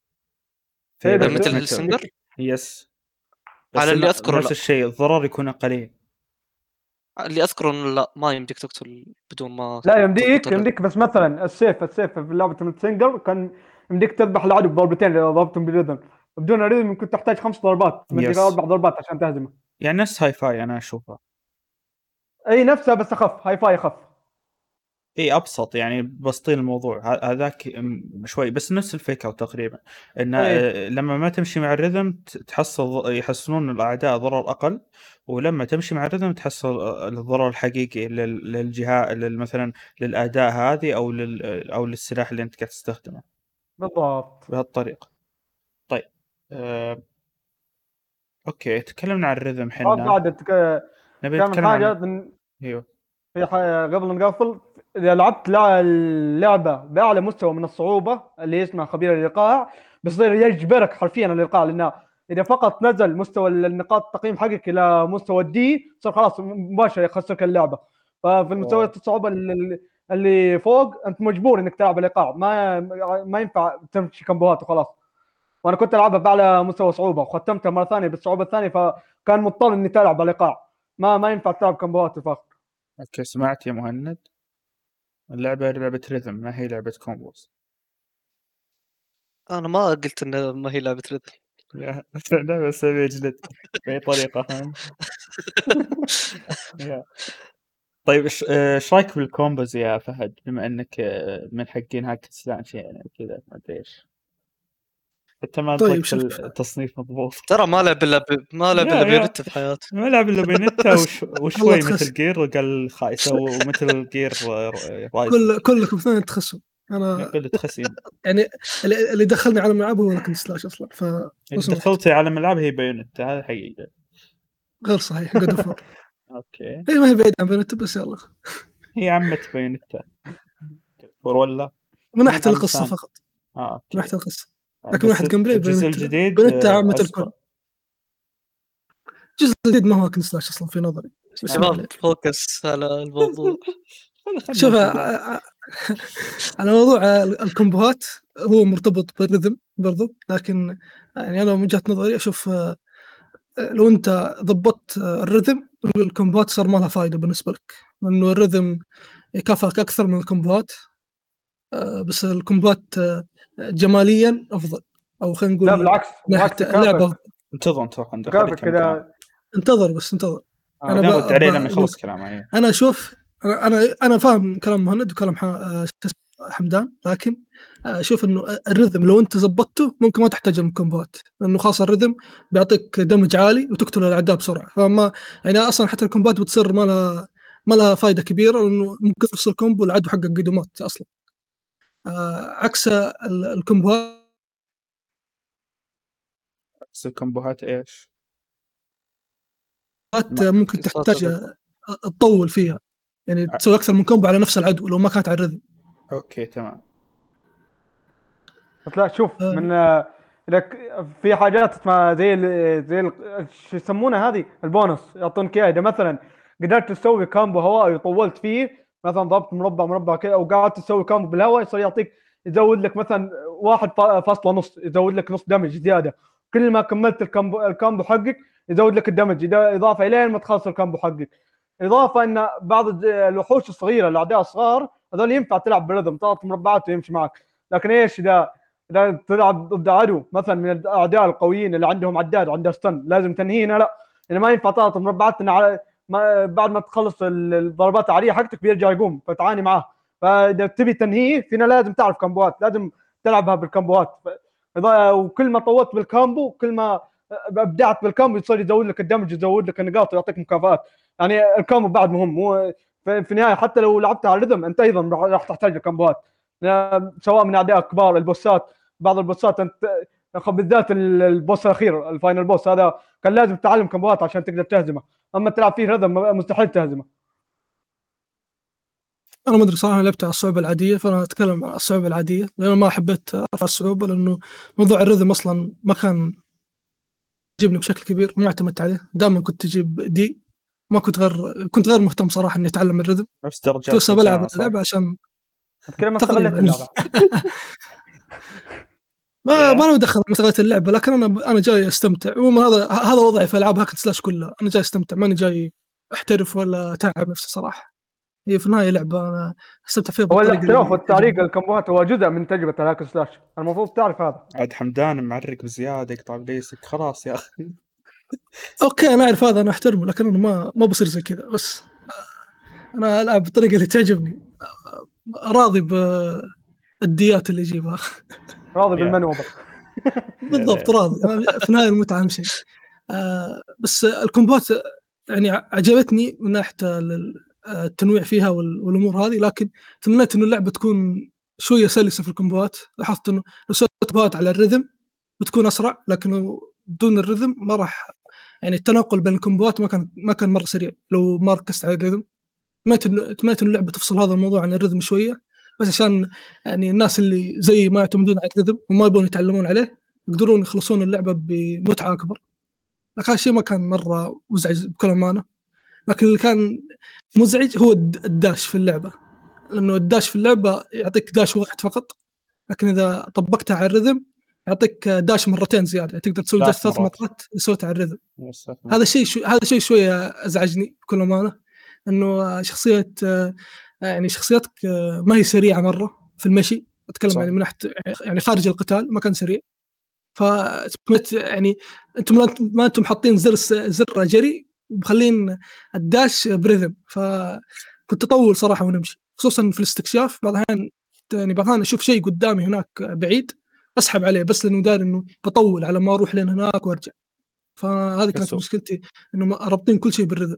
في اي آه، بس لعبة مثل متل. هيلسنجر يس. على بس اللي إنه اذكره نفس لا. الشيء، الضرر يكون قليل. اللي اذكره انه لا، ما يمديك تقتل بدون ما لا تضبط يمديك الرذم. يمديك بس مثلا السيف السيف في لعبه السنجر كان يمديك تذبح العدو بضربتين اذا ضربتهم بالريذم. بدون الريذم ممكن تحتاج خمس ضربات، تمديك يس، اربع ضربات عشان تهزمه. يعني نفس هاي فاي أنا أشوفها. اي نفسها بس اخف، هاي فاي اخف. اي ابسط، يعني بسطين الموضوع ه- هذاك م- شوي، بس نفس الفكره تقريبا. ان اي آه، لما ما تمشي مع الرذم ت- تحصل يحصلون الاعداء ضرر اقل، ولما تمشي مع الرذم تحصل آه، الضرر الحقيقي لل- للجهات لل- مثلا للاداء هذه او لل او للسلاح اللي انت قاعد تستخدمه بالضبط. بهالطريقه. طيب آه، اوكي تكلمنا عن الرذم بعد حنا، بعد تك- نبي كان نتكلم حاجه عن من- ايوه. في ح- قبل نقفل، اذا لعبت لع- اللعبه باعلى مستوى من الصعوبه اللي اسمها خبير الايقاع، بيصير يجبرك حرفيا الايقاع، لانه اذا فقط نزل مستوى النقاط التقييم حقك الى مستوى الدي صار خلاص مباشره يخسرك اللعبه. ففي المستويات الصعوبه اللي, اللي فوق انت مجبور انك تلعب الايقاع، ما ما ينفع تمشي كمبوهات وخلاص. وانا كنت العبها باعلى مستوى صعوبه وختمتها مره ثانيه بالصعوبه الثانيه، فكان مضطر اني تلعب بالايقاع، ما ما ينفع تلعب كمبوهات فقط. اوكي سمعت يا مهند، اللعبه لعبه رذم ما هي لعبه كومبوز. انا ما قلت انه ما هي لعبه رذم. لا لا بس أبي أجلد بأي طريقة فاهم. يا. طيب ايش ايش رايك بالكومبوز يا فهد، بما انك آه، من حقين هاك سلاش يعني كذا ما ادري ايش، حتى ما طيب اطلقت شوف، التصنيف مضبوط. ترى ما لعب الا ب... ما لعب يا الا يا بيونت في حياته. ما لعب الا بينتا وش الله وشوي تخس. مثل جير قال خايسة، ومثل جير رايزنج. كل كلكم اثنين تخسوا. انا قلت تخسين. يعني اللي اللي دخلني على الملعب هو لكن سلاش اصلا، ف اللي دخلتي على ملعب هي بيونتا، هذا حقيقة. غير صحيح. جود اوف وور اوكي هي ما هي بعيد عن بينت، بس يلا هي عمة بيونتا ولا من ناحيه من عم القصه ثاني. فقط، اه من اوكي. ناحيه القصه. لكن بس واحد جيم بلاي الجزء بينت الجديد بينت آه، عامه أسوأ. الكل. الجزء الجديد ما هو كن سلاش اصلا في نظري. بس ما شباب عليه. فوكس على الموضوع. خلي- خلنا شوف نشوف. ع- ع- على موضوع الكومبوهات، هو مرتبط بالرذم برضو، لكن يعني انا من وجهه نظري اشوف آه، لو انت ضبطت آه، الرذم، الكومبوهات صار ما لها فائده بالنسبه لك، لانه الرذم يكافئك اكثر من الكومبوهات. آه، بس الكومبوهات آه، جماليا افضل، او خلينا لا نقول بالعكس من بالعكس ناحيه اللعبه يكافئك أفضل. انتظر انتظر خلنا ندخل يكافئك كم كلام. كذا. انتظر بس انتظر. آه. انا نرد عليه لما ب- يخلص كلامه. ايه انا اشوف، انا انا فاهم كلام مهند وكلام ح- آه، حمدان، لكن اشوف انه الرذم لو انت زبطته ممكن ما تحتاج الكومبوات، لانه خاصه الرذم بيعطيك دمج عالي وتقتل الاعداء بسرعه. فما يعني اصلا حتى الكومبات بتصير ما لها ما لها فائده كبيره، لانه ممكن تفصل كومبو العدو حقك قد مات اصلا. آه عكس ال- الكومبوات بس الكمبوهات ايش؟ ما ممكن قصات تحتاج الرذم. تطول فيها، يعني ع- تسوي اكثر من كومبو على نفس العدو لو ما كانت على الرذم. اوكي تمام. بس لا شوف آه. من آه، لك في حاجات اسمها زي ال زي ال شو يسمونها هذه البونص يعطونك اياها. اذا مثلا قدرت تسوي كامبو هوائي وطولت فيه، مثلا ضربت مربع مربع كذا او قعدت تسوي كامبو بالهواء، يصير يعطيك يزود لك مثلا واحد فا- فاصلة نص، يزود لك نص دمج زياده. كل ما كملت الكامبو الكامبو حقك يزود لك الدمج، إذا اضافه الين ما تخلص الكامبو حقك. اضافه ان بعض الز- الوحوش الصغيره الاعداء الصغار هذول ينفع تلعب برذم تضغط مربعات ويمشي معك. لكن ايش اذا اذا تلعب ضد عدو مثلا من الاعداء القويين اللي عندهم عداد وعنده ستن لازم تنهينا، لا يعني ما ينفع تضغط مربعات إن على ما بعد ما تخلص ال- الضربات العاليه حقتك بيرجع يقوم فتعاني معاه. فاذا تبي تنهيه فينا لازم تعرف كامبوات، لازم تلعبها بالكامبوات. ف- إذا وكل ما طولت بالكامبو كل ما ابدعت بالكامبو يصير يزود لك الدمج يزود لك النقاط ويعطيك مكافآت. يعني الكامبو بعد مهم، مو في في النهايه حتى لو لعبت على الريتم انت ايضا راح راح تحتاج الكامبوات، سواء من اعداء كبار البوسات. بعض البوسات انت بالذات البوس الاخير الفاينل بوس هذا كان لازم تتعلم كمبوات عشان تقدر تهزمه، اما تلعب فيه هذا مستحيل تهزمه. انا ما ادري صراحه، لعبت على الصعوبه العاديه، فانا اتكلم عن الصعوبه العاديه لانه ما حبيت ارفع الصعوبه، لانه موضوع الرذم اصلا ما كان يجيبني بشكل كبير، ما اعتمدت عليه. دائما كنت اجيب دي، ما كنت غير كنت غير مهتم صراحه اني اتعلم الرذم. نفس كنت درجات بس في بلعب الجامعة صح؟ اللعبه عشان انت كده ما استغليت تقريبا اللعبه. ما يا ما انا دخل مسألة اللعبه، لكن انا انا جاي استمتع. عموما هذا هذا وضعي في العاب هاك سلاش كلها، انا جاي استمتع، ماني جاي احترف ولا اتعب نفسي صراحه. هي في النهايه لعبه انا استمتع فيها هو بالطريقه الاحتراف اللي والتعريق تعجبني. الكمبوات هو جزء من تجربه الهاك سلاش، المفروض تعرف هذا. عاد حمدان معرق بزيادة يقطع بليسك خلاص يا أخي. اوكي انا اعرف هذا، انا احترمه، لكن انا ما ما بصير زي كذا. بس انا العب بالطريقه اللي تعجبني، راضي بالديات اللي يجيبها. راضي يا بالمنوبه. بالضبط راضي. أنا في النهايه المتعه اهم شيء. آه بس الكومبات يعني عجبتني من ناحيه ال- التنويع فيها وال- والامور هذه، لكن تمنيت انه اللعبه تكون شويه سلسه في الكومبوات. لاحظت انه لو سويت كومبوات على الريذم بتكون اسرع، لكن بدون الريذم ما راح، يعني التنقل بين الكومبوات ما كان ما كان مره سريع لو ما ركزت على الريذم. تمنيت انه تمنيت انه اللعبه تفصل هذا الموضوع عن الريذم شويه، بس عشان يعني الناس اللي زي ما يعتمدون على الريذم وما يبون يتعلمون عليه يقدرون يخلصون اللعبه بمتعه اكبر. لكن هذا الشيء ما كان مره مزعج بكل امانه. لكن اللي كان مزعج هو الد- الداش في اللعبه، لانه الداش في اللعبه يعطيك داش واحد فقط، لكن اذا طبقتها على الرذم يعطيك داش مرتين زياده، يعني تقدر تسوي داش ثلاث ثلاث مرات. مرات سويتها على الرذم. يا ساتر. هذا الشيء شو هذا الشيء شويه ازعجني بكل امانه، انه شخصيه يعني شخصيتك ما هي سريعه مره في المشي، اتكلم صح. يعني من ناحيه يعني خارج القتال ما كان سريع. ف يعني انتم ما- ما انتم حاطين زر زر جري ومخلين الداش بريذم، فكنت اطول صراحه ونمشي، خصوصا في الاستكشاف. بعض الاحيان يعني بعض الاحيان اشوف شيء قدامي هناك بعيد اسحب عليه بس لانه داري انه بطول على ما اروح لين هناك وارجع. فهذه كانت يسوع. مشكلتي، انه ما- رابطين كل شيء بالرذم.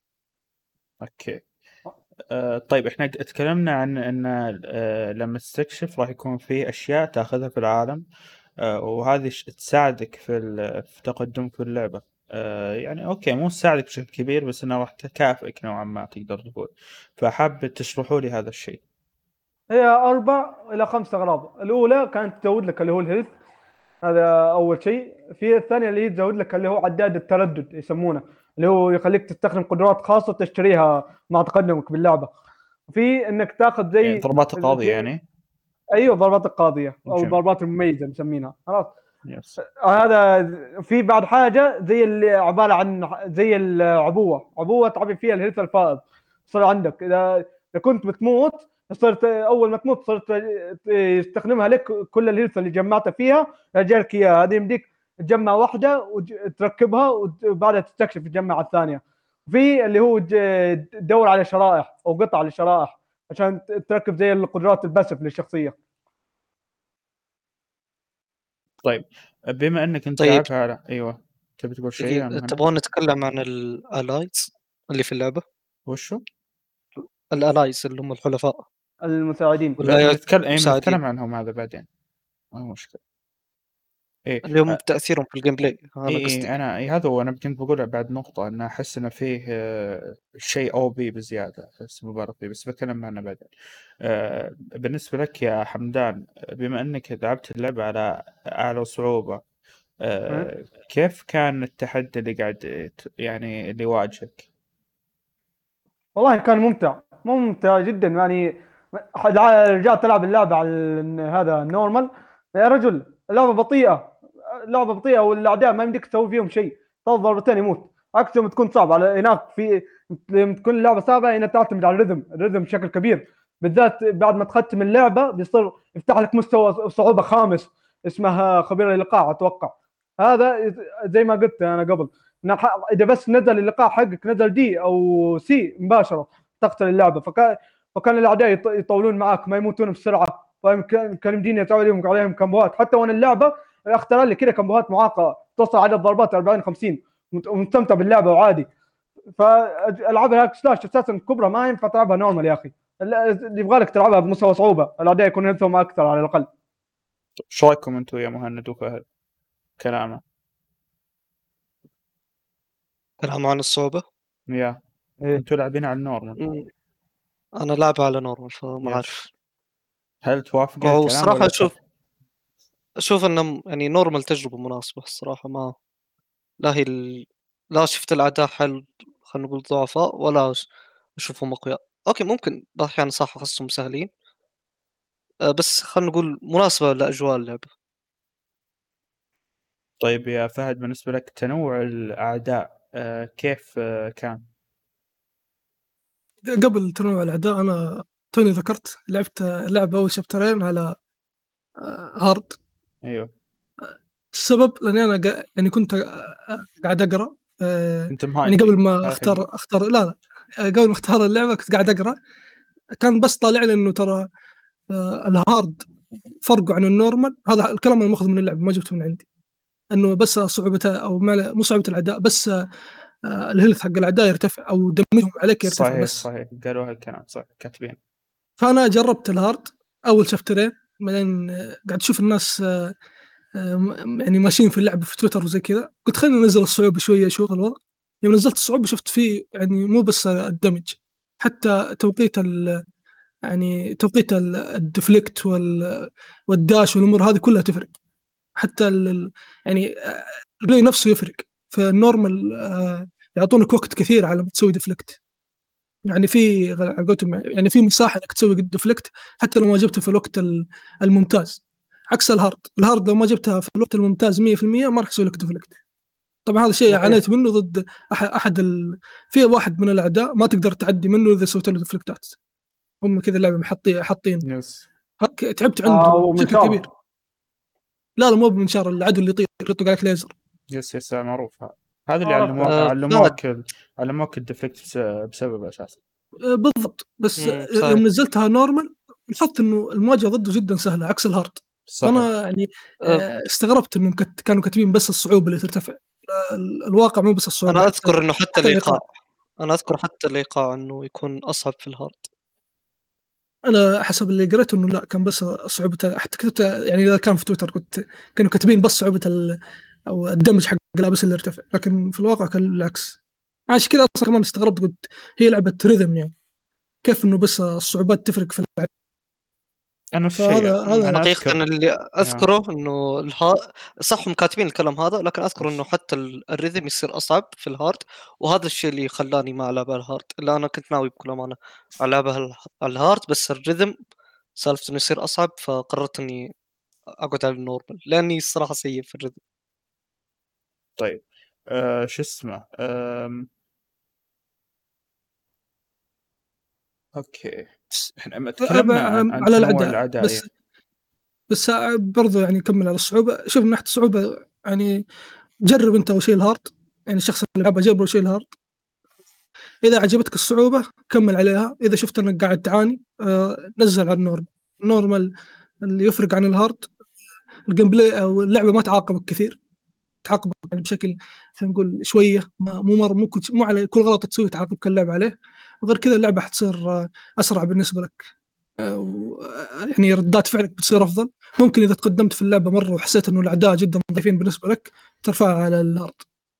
اوكي. آه طيب احنا تكلمنا عن ان آه لما تستكشف راح يكون في اشياء تاخذها في العالم، آه وهذه ش- تساعدك في ال- في تقدم في اللعبة. آه يعني اوكي مو تساعدك بشكل كبير بس انها راح تكافئك نوعا ما تقدر تقول. فحاب تشرحوا لي هذا الشيء. هي اربع الى خمس اغراض. الاولى كانت تزود لك اللي هو الهيلث، هذا اول شيء. في الثانيه اللي هي تزود لك اللي هو عداد التردد يسمونه، اللي هو يخليك تستخدم قدرات خاصه تشتريها مع تقدمك باللعبه. في انك تاخذ يعني زي ضربات القاضية زي يعني. ايوه ضربات القاضيه او جميل. ضربات المميزه نسمينها خلاص. يس. هذا في بعد حاجه زي اللي عباره عن زي العبوه، عبوه تعبي فيها الهيلث الفائض. صار عندك اذا اذا كنت بتموت صرت اول ما تموت صرت تستخدمها لك كل الهيلث اللي جمعتها فيها رجالك اياها. هذه يمديك تجمع واحده وتركبها وبعدها تستكشف تجمع الثانيه. في اللي هو تدور على شرائح او قطع للشرائح عشان تركب زي القدرات الباسف للشخصيه. طيب بما انك انت طيب تلعبها على ايوه تبي تقول شيء يا دقيقة، مهند؟ تبغون نتكلم عن الالايز اللي في اللعبة؟ وشو؟ الالايز اللي هم الحلفاء المساعدين لا والآيات بنتكلم اي مساعدين بنتكلم عنهم هذا بعدين، ما هو مشكله. ايه اللي هم آه، بتأثيرهم في الجيم بلاي، اي انا اي قصدي. انا إيه هذا هو انا كنت بقول بعد نقطه ان احس انه فيه آه، شيء او بي بزياده، احس مبالغ فيه، بس بتكلم عنه بعدين. آه، بالنسبه لك يا حمدان، بما انك لعبت اللعبه على اعلى صعوبه، ها؟ آه، كيف كان التحدي اللي قاعد ت- يعني اللي واجهك؟ والله كان ممتع ممتع جدا يعني. رجعت تلعب اللعبة على ال- هذا النورمال. يا رجل اللعبة بطيئة، لعبة بطيئة والأعداء ما يمديك تسوي فيهم شيء، طول ضربتين يموت. عكس لما تكون صعبة على هناك، في لما تكون اللعبة صعبة هنا تعتمد على الرذم الرذم بشكل كبير. بالذات بعد ما تختم اللعبة بيصير يفتح لك مستوى صعوبة خامس اسمها خبير الإيقاع أتوقع. هذا زي ما قلت أنا قبل، إن ح- إذا بس نزل اللقاء حقك نزل دي أو سي مباشرة تقتل اللعبة. فكان فكان الأعداء يط- يطولون معاك ما يموتون بسرعة، فكان كان يمديني اسوي عليهم عليهم كمبوهات. حتى وانا اللعبه اختار لي كذا كمبوهات معاقه توصل عدد ضربات أربعين خمسين ومستمتع باللعبه وعادي. فالعاب الهاك سلاش اساسا كبرى ما ينفع تلعبها نورمال يا اخي. اللي يبغى لك تلعبها بمستوى صعوبه الاعداء يكون هيلثهم اكثر على الاقل. شو رايكم انتم يا مهند وفهد كلامه؟ كلام عن الصعوبة. يا إيه. انتم لاعبين على النورمال، مم. انا لعبة على نورمال فما يس، اعرف. هل توافق الكلام والصراحة ولا اشوف تخ... اشوف انه يعني نورمال تجربة مناسبة الصراحة. ما لا هي ال... لا شفت الاعداء حل خلينا نقول ضعفاء، ولا ش- اشوفهم اقوياء. اوكي ممكن بعض الاحيان صح احسهم سهلين، أه، بس خلينا نقول مناسبة لاجواء اللعبة. طيب يا فهد، بالنسبة لك تنوع الأعداء آه كيف آه كان؟ قبل تنوع الاعداء انا توني ذكرت لعبت لعبه اول شابترين على آه، هارد. أيوه السبب لاني انا قا- يعني كنت آه، قاعد اقرا آه، أنت يعني قبل مهايبر ما آخر. اختار اختار لا لا آه، قبل ما اختار اللعبه كنت قاعد اقرا. كان بس طالع لي انه ترى آه، الهارد فرقه عن النورمال. هذا الكلام انا ماخذ من اللعبه ما جبته من عندي، انه بس صعوبته او ما- مو صعوبه الاعداء بس آه، الهيلث حق الاعداء يرتفع او دمجهم عليك يرتفع صحيح بس. صحيح قالوا هالكلام صح كاتبين. فانا جربت الهارد اول شابترين، بعدين آه، قاعد اشوف الناس آه، آه، يعني ماشيين في اللعبه في تويتر وزي كذا، قلت خلينا ننزل الصعوبه شويه اشوف الوضع. يوم نزلت الصعوبه شفت فيه يعني مو بس الدمج، حتى توقيت ال يعني توقيت ال- الدفليكت وال والداش والامور هذه كلها تفرق. حتى ال يعني آه، البلاي نفسه يفرق. فالنورمال آه، يعطونك وقت كثير على ما تسوي ديفليكت. يعني في على قولتهم يعني في مساحه انك تسوي ديفليكت حتى لو ما جبته في الوقت ال- الممتاز. عكس الهارد، الهارد لو ما جبتها في الوقت الممتاز مية في المية ما راح يسوي لك ديفليكت. طبعا هذا الشيء صحيح. عانيت منه ضد احد احد ال... في واحد من الاعداء ما تقدر تعدي منه اذا سويت له ديفليكتات. هم كذا اللعبه محطين حاطين يس هك تعبت آه عنده بشكل كبير. ومنشار. لا لا مو بمنشار، العدو اللي يطير يطلق عليك ليزر. يس يس معروف هذا، هذا اللي عرفته. علموك أه فهد. علموك ال- علموك الديفليكت بس- بسبب أساسا. آه، بالضبط. بس مم، آه، صحيح. يوم نزلتها نورمال لاحظت انه المواجهه ضده جدا سهله عكس الهارد. صحيح فانا يعني أه آه، استغربت انهم كت- كانوا كاتبين بس الصعوبه اللي ترتفع. ال- الواقع مو بس الصعوبه، انا حتى اذكر انه حتى حتى الايقاع. الايقاع انا اذكر حتى الايقاع انه يكون اصعب في الهارد. انا حسب اللي قريته انه لا كان بس صعوبه. حتى كتبت يعني اذا كان في تويتر كنت كانوا كاتبين بس صعوبه ال او الدمج حق بس اللي ارتفع، لكن في الواقع كان العكس. عشان كذا اصلا كمان استغربت قلت هي لعبه ريذم يعني كيف انه بس الصعوبات تفرق في اللعب. أنا نفس الشيء فهذا مم، هذا أنا حقيقة أذكر اللي يا أذكره إنه الها... صح هم كاتبين الكلام هذا، لكن أذكر إنه حتى ال- الريذم يصير أصعب في الهارد. وهذا الشيء اللي خلاني ما ألعب على الهارد، إلا أنا كنت ناوي بكل أمانة ألعبها على على الهارد، بس الريذم سالفة إنه يصير أصعب، فقررت إني أقعد على النورمال لأني الصراحة سيء في الريذم. طيب آه شو اسمه آم، أوكي إحنا ما تكلمنا عن عن على تنوع الاعداء الأعداء. بس. إيه بس برضو يعني نكمل على الصعوبه. شوف من ناحيه الصعوبه يعني جرب انت اول شيء الهارد. يعني الشخص اللي يلعبها جرب اول شيء الهارد. اذا عجبتك الصعوبه كمل عليها. اذا شفت انك قاعد تعاني آه نزل على النورمال. النورمال اللي يفرق عن الهارد الجيم بلاي او اللعبه ما تعاقبك كثير، تعاقبك يعني بشكل خلينا نقول شويه، ما مو مره مو كل- مو على كل غلط تسوي تعاقبك اللعبه عليه. وغير كذا اللعبه حتصير آه، اسرع بالنسبه لك، آه، و- آه، يعني ردات فعلك بتصير افضل. ممكن اذا تقدمت في اللعبه مره وحسيت انه الاعداء جدا ضعيفين بالنسبه لك ترفعها على الارض.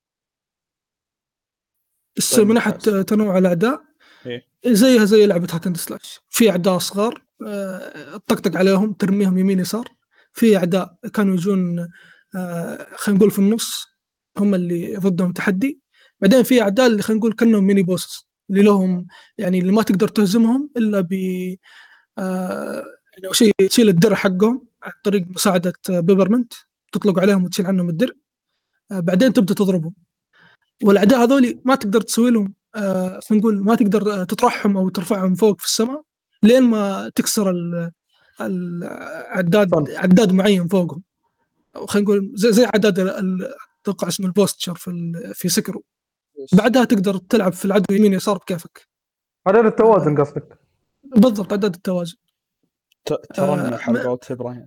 بس طيب من ناحيه ممتاز. تنوع الاعداء إيه. زيها زي لعبه هاك اند سلاش، في اعداء صغار آه، تطقطق عليهم ترميهم يمين يسار، في اعداء كانوا يجون آه، خلينا نقول في النص هم اللي ضدهم تحدي. بعدين في اعداء اللي خلينا نقول كانهم ميني بوسس اللي لهم يعني اللي ما تقدر تهزمهم الا ب آه، يعني أول شيء تشيل الدرع حقهم عن طريق مساعده بيبرمنت، تطلق عليهم وتشيل عنهم الدرع. آه، بعدين تبدا تضربهم، والاعداء هذول ما تقدر تسوي لهم آه خلينا نقول ما تقدر آه، تطرحهم او ترفعهم فوق في السماء لين ما تكسر ال- العداد صن. عداد معين فوقهم. أو خلينا نقول زي, زي عداد ال- ال- اتوقع اسمه البوستشر في ال- في سكرو. بعدها تقدر تلعب في العدو يمين يسار بكيفك. عدد التوازن آه قصدك؟ بالضبط عداد التوازن. ت- ترنم آه ما- حلقات ابراهيم.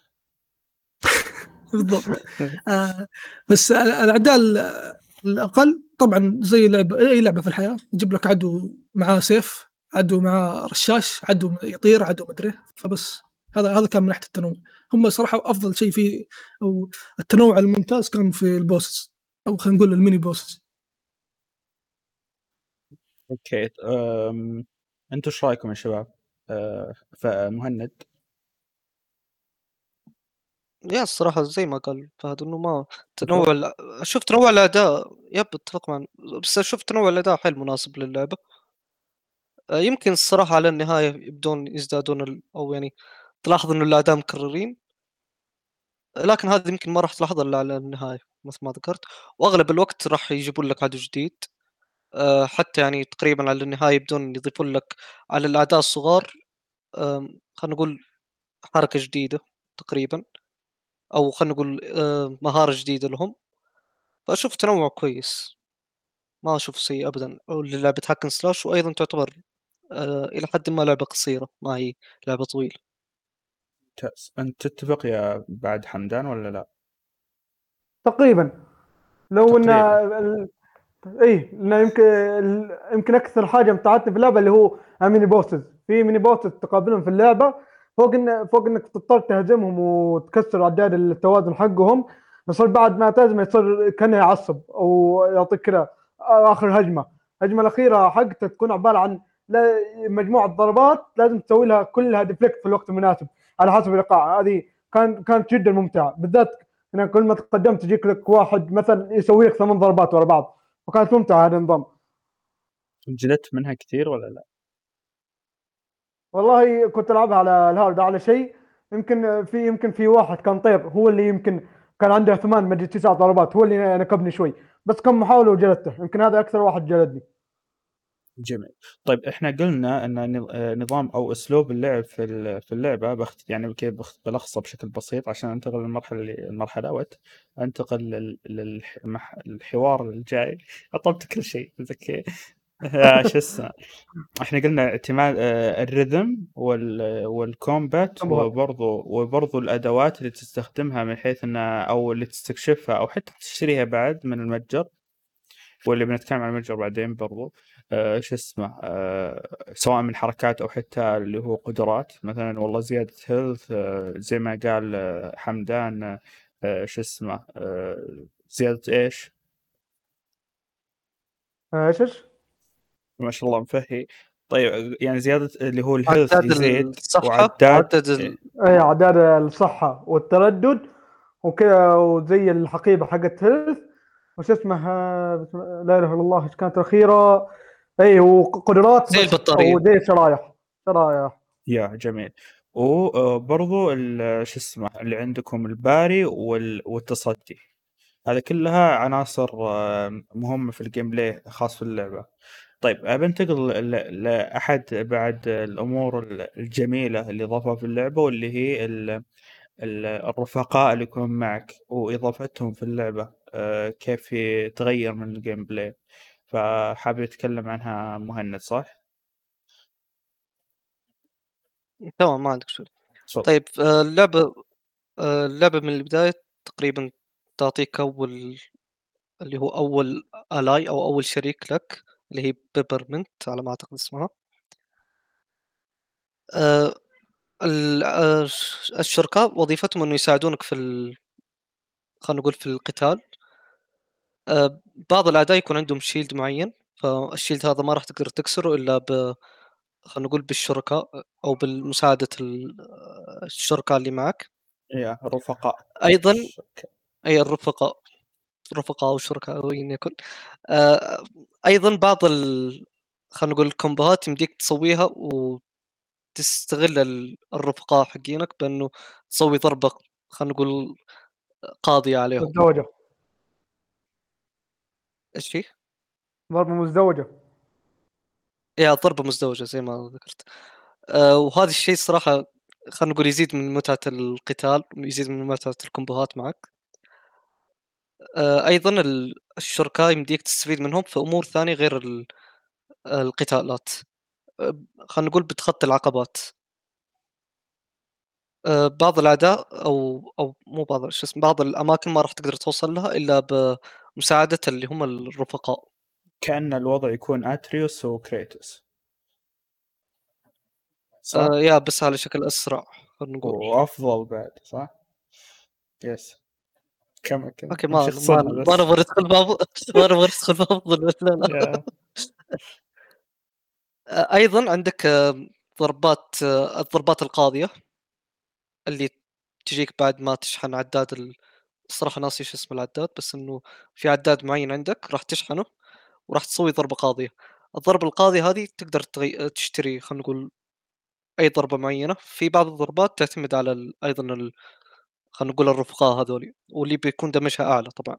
بالضبط. آه بس الاعداء ال- الاقل طبعا زي لعبه اي لعبه في الحياه، يجيب لك عدو معاه سيف، عدو معاه رشاش، عدو يطير، عدو مدري. فبس هذا هذا كان من ناحيه التنوع. هم صراحه افضل شيء فيه او التنوع الممتاز كان في البوسس او خلينا نقول الميني بوسس. اوكي. أم... انتوا ايش رايكم يا شباب؟ أه... فمهند. يا الصراحة زي ما قال فهد إنه ما تنوع ال... أشوف تنوع الأداء يب اتفق مع، بس أشوف تنوع الأداء حيل مناسب للعبة. آه، يمكن الصراحة على النهاية يبدون يزدادون ال... أو يعني تلاحظ إنه الأعداء مكررين، لكن هذا يمكن ما راح تلاحظه إلا على النهاية مثل ما ذكرت، وأغلب الوقت راح يجيبون لك عدو جديد. آه، حتى يعني تقريبا على النهاية يبدون يضيفون لك على الأعداء الصغار، آم، خلينا نقول حركة جديدة تقريبا، أو خلينا نقول آه، مهارة جديدة لهم. فأشوف تنوع كويس، ما أشوف سيء أبدا للعبة هاكن سلاش، وأيضا تعتبر آه، إلى حد ما لعبة قصيرة، ما هي لعبة طويلة. ممتاز. انت تتفق يا بعد حمدان ولا لا؟ تقريبا. لو ان تقريبا. ال- ايه لأنه يمكن ال- يمكن اكثر حاجه امتعتني في اللعبه اللي هو ميني بوسز. في ميني بوسز تقابلهم في اللعبه، فوق ان فوق انك تضطر تهزمهم وتكسر عداد التوازن حقهم، يصير بعد ما تهزم يصير كانه يعصب او يعطيك كذا اخر هجمه. الهجمه الاخيره حقته تكون عباره عن لا- مجموعه ضربات لازم تسوي لها كلها ديفليكت في الوقت المناسب على حسب الايقاع. هذه كان كانت جدا ممتعه، بالذات ان كل ما تقدمت تجيك لك واحد مثلا يسوي لك ثمان ضربات ورا بعض، وكانت ممتعه هذا النظام. جلدت منها كثير ولا لا؟ والله كنت العبها على الهارد على شيء، يمكن في يمكن في واحد كان طير هو اللي يمكن كان عنده ثمان مدري تسع ضربات، هو اللي نكبني شوي، بس كم محاوله وجلدته، يمكن هذا اكثر واحد جلدني. جميل. طيب احنا قلنا ان نظ- آه، نظام او اسلوب اللعب في ال- في اللعبه بخت يعني كيف بخ- بلخصه بشكل بسيط عشان انتقل للمرحله اللي المرحله وت انتقل لل- للح- للحوار الجاي. عطلت كل شيء زكي. آه، شو اسمه. احنا قلنا اعتماد آه، الرhythm وال والكومبات، كمبات. وبرضو وبرضو الادوات اللي تستخدمها من حيث انها او اللي تستكشفها او حتى تشتريها بعد من المتجر، واللي بنتكلم عن المتجر بعدين برضو. آه شو اسمه آه سواء من حركات او حتى اللي هو قدرات، مثلا والله زيادة هيلث آه زي ما قال آه حمدان. آه شو اسمه آه زيادة ايش؟ ايش ايش؟ ما شاء الله مفهي. طيب يعني زيادة اللي هو الهيلث عداد يزيد، الصحة وعداد وعداد إيه، ال... اي اعداد الصحه والتردد وكذا، وزي الحقيبه حقت هيلث، وش اسمها بسم... لا اله الا الله، ايش كانت الاخيره؟ اي وقدرات زي بس، البطارية. او زي شرايح شرايح. يا جميل. وبرضو ال- شو اسمه اللي عندكم الباري وال- والتصدي، هذا كلها عناصر آه، مهمة في الجيم بلاي خاص في اللعبة. طيب أبي أنتقل ل- لأحد بعد الأمور الجميلة اللي ضافها في اللعبة، واللي هي ال- ال- الرفقاء اللي يكونون معك وإضافتهم في اللعبة. آه، كيف تغير من الجيم بلاي، فحابب يتكلم عنها مهند صح؟ تمام ما عندك شيء. تفضل. طيب آه، اللعبة آه، اللعبة من البداية تقريبا تعطيك أول اللي هو أول ألاي أو أول شريك لك اللي هي بيبرمنت على ما أعتقد اسمها. آه، ال- آه، الشركاء وظيفتهم إنه يساعدونك في ال... خلينا نقول في القتال. آه، بعض الأعداء يكون عندهم شيلد معين، فالشيلد هذا ما راح تقدر تكسره إلا ب خلينا نقول بالشركاء أو بالمساعدة ال- الشركاء اللي معك. يا رفقاء أيضا الشركة. أي الرفقاء رفقاء أو شركاء أو أيا يكن. آه، أيضا بعض ال... خلينا نقول الكومبوهات يمديك تسويها وتستغل ال- الرفقاء حقينك بأنه تسوي ضربة خلينا نقول قاضية عليهم. مزدوجه، إيش هي؟ ضربه مزدوجه. يا ضربة مزدوجة زي ما ذكرت. آه، وهذا الشيء صراحة خلينا نقول يزيد من متعة القتال ويزيد من متعة الكومبوهات معك. آه، أيضا ال- الشركاء يمديك تستفيد منهم في أمور ثانية غير ال- القتالات. آه، خلينا نقول بتخطي العقبات. آه، بعض الأعداء أو أو مو بعض شو اسمه بعض الأماكن ما راح تقدر توصل لها إلا بمساعدة اللي هم الرفقاء. كأن الوضع يكون اتريوس وكريتوس، صح؟ آه، يا بس على شكل أسرع خلينا نقول. وافضل بعد، صح؟ يس. كم كم اوكي، مش ما ما يخصنها ما بس. نبغى ندخل باب ما نبغى ندخل باب لا لا. يا آه، ايضا عندك آه، ضربات آه، الضربات القاضيه اللي تجيك بعد ما تشحن عداد ال... الصراحه ناسي ايش اسم العداد، بس انه في عداد معين عندك راح تشحنه وراح تسوي ضربه قاضيه. الضربه القاضيه هذه تقدر تغي... تشتري خلينا نقول اي ضربه معينه. في بعض الضربات تعتمد على ال... ايضا ال... خلينا نقول الرفقاء هذولي واللي بيكون دمجها اعلى طبعا.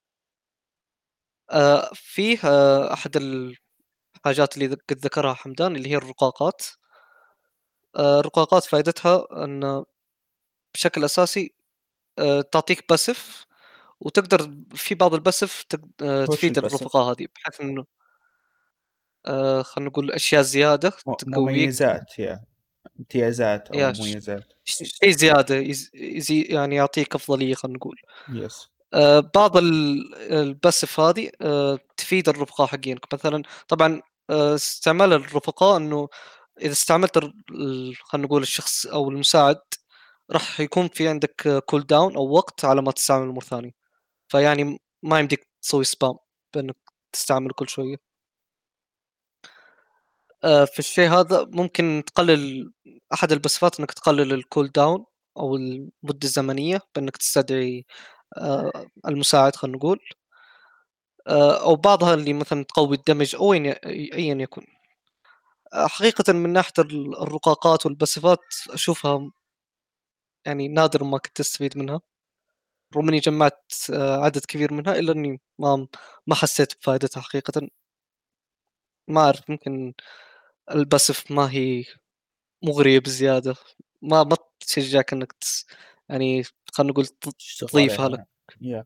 آه، فيه آه، احد الحاجات اللي قد ذكرها حمدان اللي هي الرقاقات. آه، الرقاقات فائدتها أن بشكل أساسي آه، تعطيك باسف، وتقدر في بعض الباسف تق- آه، وش تفيد البسف؟ الرفقاء هذه بحيث إنه آه، خلينا نقول أشياء زيادة م- تقويك. مميزات، يا امتيازات او يا ش- مميزات. شيء زيادة يز... يزي يعني يعطيك أفضلية خلينا نقول. يس. آه، بعض ال- الباسف هذه آه، تفيد الرفقاء حقينك مثلا. طبعا آه، استعمال الرفقاء انه اذا استعملت ال- ال- خلينا نقول الشخص او المساعد راح يكون في عندك كول داون او وقت على ما تستعمل امور ثانيه. فيعني ما يمديك تسوي سبام بانك تستعمل كل شويه. آه، في الشيء هذا ممكن تقلل احد البسفات انك تقلل الكول داون او المده الزمنيه بانك تستدعي آه، المساعد خلينا نقول. آه، او بعضها اللي مثلا تقوي الدمج او أين- ايا يكن. آه، حقيقه من ناحيه ال- الرقاقات والبسفات اشوفها يعني نادر ما كنت استفيد منها، رغم اني جمعت آه، عدد كبير منها الا اني ما ما حسيت بفائدتها حقيقه. ما اعرف يمكن البسف ما هي مغريه بزياده، ما ما تشجعك انك تس يعني خلينا نقول ت- تشتغل تضيفها عليها لك. يعني. يا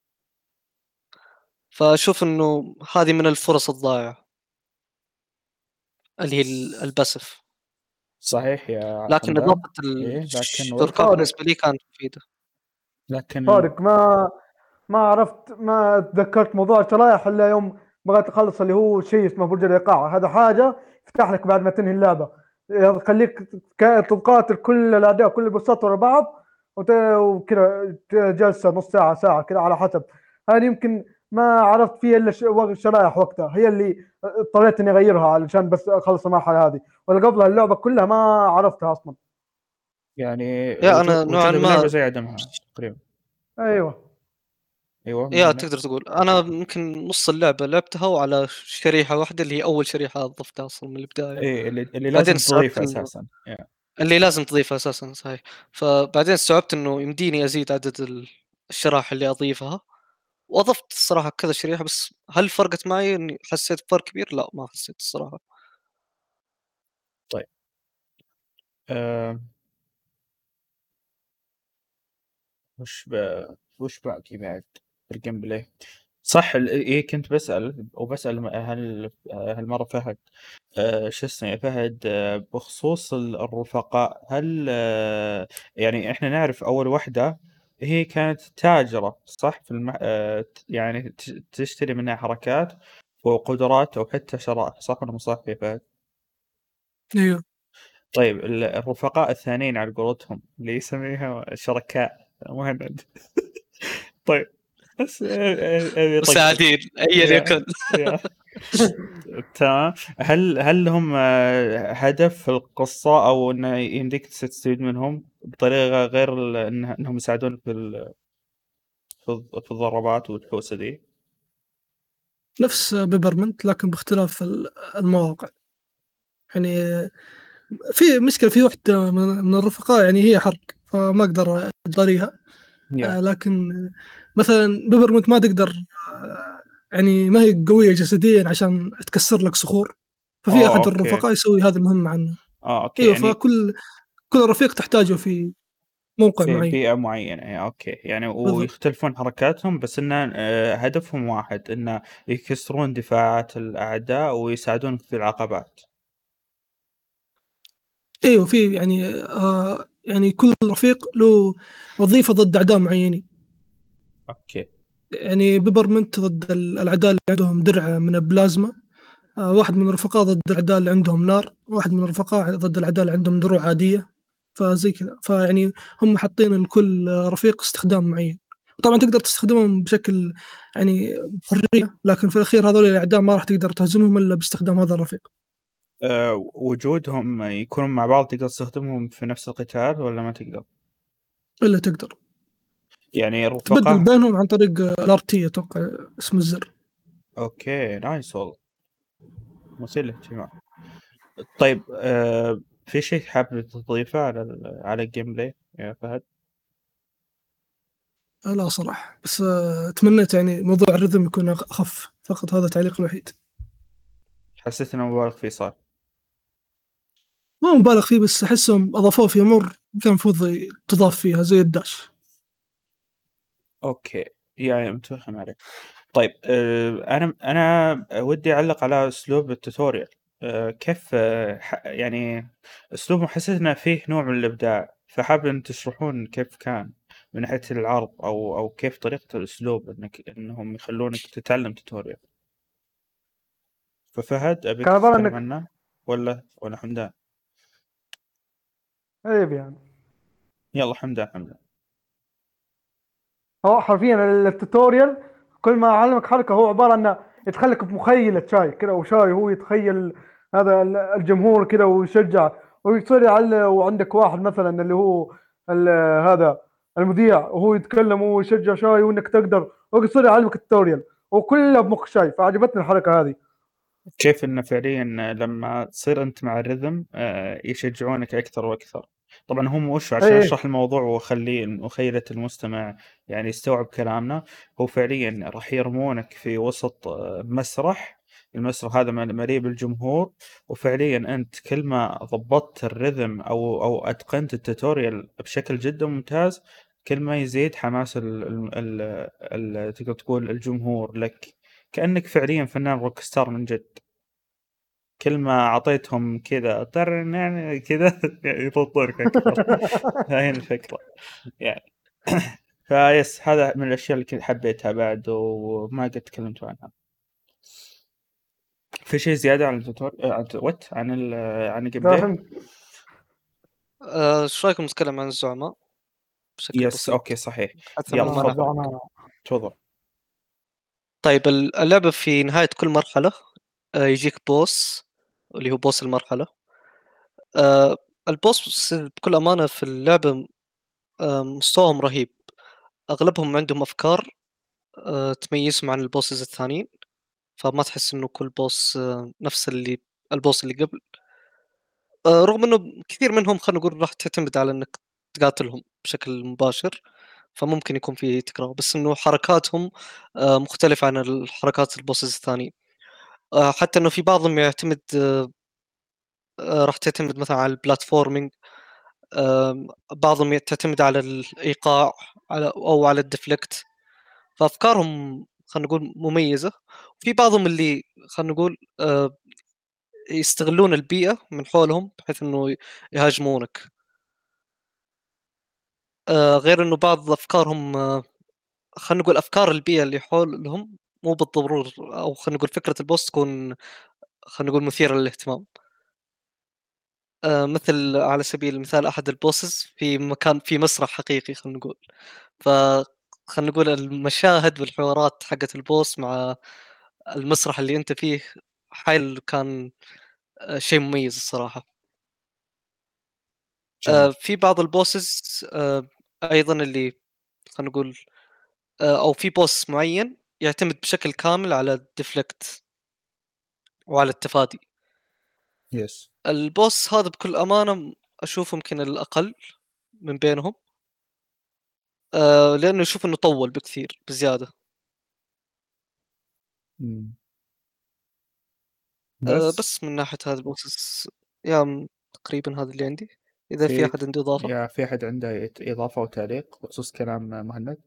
فاشوف انه هذه من الفرص الضائعه اللي هي ال- س- البسف. صحيح يا لكن حمدان. إضافة ايه لكن وش؟ الشركاء طارق بالنسبة لي كانت مفيدة. لكن طارق ما ما عرفت، ما تذكرت موضوع الشرايح الا يوم بغيت اخلص اللي هو شيء اسمه برج الايقاع. هذا حاجه يفتح لك بعد ما تنهي اللعبه، يخليك ك- تقاتل كل الاعداء كل البوسات ورا بعض وت- وكذا جلسه نص ساعه ساعه كذا على حسب. هذه يمكن ما عرفت فيها الا ش- وق- الشرايح وقتها هي اللي اضطريت اني اغيرها علشان بس اخلص المرحله هذه، ولا قبلها اللعبه كلها ما عرفتها اصلا. يعني يا وجود أنا نوعا وجودها باللعبة ما زي عدمها تقريبا. ايوه ايوه يا من تقدر تقول أنا يمكن نص اللعبة لعبتها وعلى شريحة واحدة اللي هي أول شريحة ضفتها أصلا من البداية. ايه اللي, اللي بعدين لازم استوعبت تضيفها إنه اساسا. يا. اللي لازم تضيفها أساسا صحيح. فبعدين استوعبت إنه يمديني أزيد عدد ال- الشرائح اللي أضيفها، وأضفت الصراحة كذا شريحة. بس هل فرقت معي إني حسيت بفرق كبير؟ لا ما حسيت الصراحة. طيب. آه. وش ب... وش باقي بعد في الجيم بلاي؟ صح ال إيه كنت باسأل وباسأل م هل هالمرّة فهد آآ شو اسمه يا فهد آه، بخصوص ال الرفقاء، هل آه، يعني إحنا نعرف أول وحدة هي كانت تاجرة صح؟ في الم آآ ت يعني ت تشتري منها حركات وقدرات أو حتى شرائح صح والّا مو صح يا فهد؟ ايوه. طيب ال الرفقاء الثانيين على قولتهم اللي يسميها شركاء مهند طيب بس آآ آآ أبي أطقطق مساعدين ايا يا يكن. يا تمام. هل هل لهم آه، هدف في القصة أو إنه يمديك تستفيد منهم بطريقة غير ال إنه إنهم يساعدونك في ال في الض في الضربات والحوسة دي؟ نفس بيبرمنت لكن باختلاف ال- المواقع. يعني في مشكلة في وحدة من من الرفقاء يعني هي حرق، فما أقدر أجاريها. يا آه، لكن مثلا بيبرمنت ما تقدر، آه، يعني ما هي قوية جسديا عشان تكسر لك صخور، ففي أوه أحد أوكي. الرفقاء يسوي هذه المهمة عنه. آه أوكي أيوة، يعني فكل كل رفيق تحتاجه في موقع في معين. بيئة معينة إيه أوكي، يعني بالضبط. ويختلفون حركاتهم بس إنه آآ هدفهم واحد إنه يكسرون دفاعات الأعداء ويساعدونك في العقبات. أيوة، في يعني آه يعني كل رفيق له وظيفة ضد أعداء معينين. أوكي. يعني بيبرمنت ضد ال- الأعداء اللي عندهم درع من البلازما. آه واحد من الرفقاء ضد الأعداء اللي عندهم نار. واحد من الرفقاء ضد الأعداء اللي عندهم دروع عادية. فزي كذا، فيعني هم حاطين لكل رفيق استخدام معين. طبعا تقدر تستخدمهم بشكل يعني حرية، لكن في الأخير هذول الأعداء ما راح تقدر تهزمهم إلا باستخدام هذا الرفيق. آآ وجودهم يكونون مع بعض تقدر تستخدمهم في نفس القتال والّا ما تقدر؟ إلا تقدر يعني تبدل الرفقاء بينهم عن طريق الار تي، أتوقع اسم الزر. أوكي نايس والله، مثير للاهتمام. طيب آآ في شيء حابب تضيفه على ال على الgameplay يا فهد؟ آه، لا صراحة، بس آه، تمنيت يعني موضوع الرذم يكون أخ- أخف فقط، هذا تعليق الوحيد. حسيت إنه مبالغ فيه صار. ما هو مبالغ فيه، بس أحسهم أضافوه في أمور كان المفروض تضاف فيها زي الداش. أوكي، يعني متفهم عليك. طيب آآ أنا أنا ودي أعلّق على أسلوب الtutorial آآ كيف آه، ح يعني أسلوبهم حسيت إنه فيه نوع من الإبداع، فحابب إن تشرحون كيف كان من ناحية العرض أو أو كيف طريقة الأسلوب إنك إنهم يخلونك تتعلم tutorial. ففهد أبيك كان عباره تتكلم انك عنه والّا والّا حمدان؟ عيب يعني. يالّا حمدان، حمدان. هو حرفيا التوتوريال كل ما علمك حركه هو عباره عن يدخلك في مخيله شاي كده، وشاي هو يتخيل هذا ال- الجمهور كده ويشجع ويصير يعلم. وعندك واحد مثلا اللي هو ال- هذا المذيع وهو يتكلم ويشجع شاي وانك تقدر، ويصير يعلمك التوتوريال وكله بمخ شاي. فعجبتني الحركه هذه. كيف إنه فعليًا لمّا تصير أنت مع الرhythm آآ يشجعونك أكثر وأكثر. طبعًا هم وش عشان ايه أشرح الموضوع وأخلّيه وأخيّلة المستمع يعني يستوعب كلامنا، هو فعليًا راح يرمونك في وسط آه، مسرح، المسرح هذا مل مليء بالجمهور، وفعليًا أنت كل ما ضبطت الرhythm أو أو أتقنت الtutorial بشكل جدًا ممتاز، كل ما يزيد حماس ال ال ال ال تقدر تقول الجمهور لك، كأنك فعليًا فنان روك ستار من جد. كل ما أعطيتهم كذا طرن يعني كذا يضبطونك أكثر. هاي الفكرة يعني. فيس هذا من الأشياء اللي كنت حبيتها بعد وما قد تكلمت عنها. في شيء زيادة عن التوتور عن وات عن ال عن الجيم بلاي؟ فهمت. آه، ايش رايكم نتكلم عن الزعماء بشكل يس بسيط أوكي صحيح. حتى يلا انه ما زعماء تفضل. نحرق؟ زعماء. تفضل. طيب ال- اللعبة في نهاية كل مرحلة آه، يجيك بوس اللي هو بوس المرحلة. آه، البوس بكل أمانة في اللعبة آه، مستواهم رهيب. أغلبهم عندهم أفكار آه، تميزهم عن البوسز الثانيين، فما تحس إنه كل بوس آه، نفس اللي البوس اللي قبل. آه، رغم إنه كثير منهم خلينا نقول راح تعتمد على إنك تقاتلهم بشكل مباشر، فممكن يكون في تكرار، بس إنه حركاتهم آه، مختلفة عن الحركات البوسز الثانيين. آه، حتى إنه في بعضهم يعتمد آه، آه، راح تعتمد مثلا على البلاتفورمينج. آم، بعضهم تعتمد على الإيقاع على أو على الديفليكت. فأفكارهم خلينا نقول مميزة، وفي بعضهم اللي خلينا نقول آه، يستغلون البيئة من حولهم بحيث إنه ي- يهاجمونك. آه، غير إنه بعض أفكارهم آه، خلينا نقول أفكار البيئة اللي حولهم مو بالضرورة، أو خلينا نقول فكرة البوست تكون خلينا نقول مثيرة للاهتمام. آه، مثل على سبيل المثال أحد البوسز في مكان في مسرح حقيقي خلينا نقول، ف خلينا نقول المشاهد والحوارات حقت البوس مع المسرح اللي أنت فيه حيل كان آه، شيء مميز الصراحة. جميل. آه، في بعض البوسز آه، أيضا اللي خلينا نقول آه، أو في بوس معين يعتمد بشكل كامل على الديفلكت وعلى التفادي. يس. البوس هذا بكل أمانة أشوفه يمكن الأقل من بينهم، آه، لأنه أشوف إنه طول بكثير بزيادة. مم. آه، بس بس من ناحية هذا البوسس يا م- تقريبا هذا اللي عندي. إذا في في أحد عنده إضافة. يا في أحد عنده إضافة أو تعليق بخصوص كلام مهند؟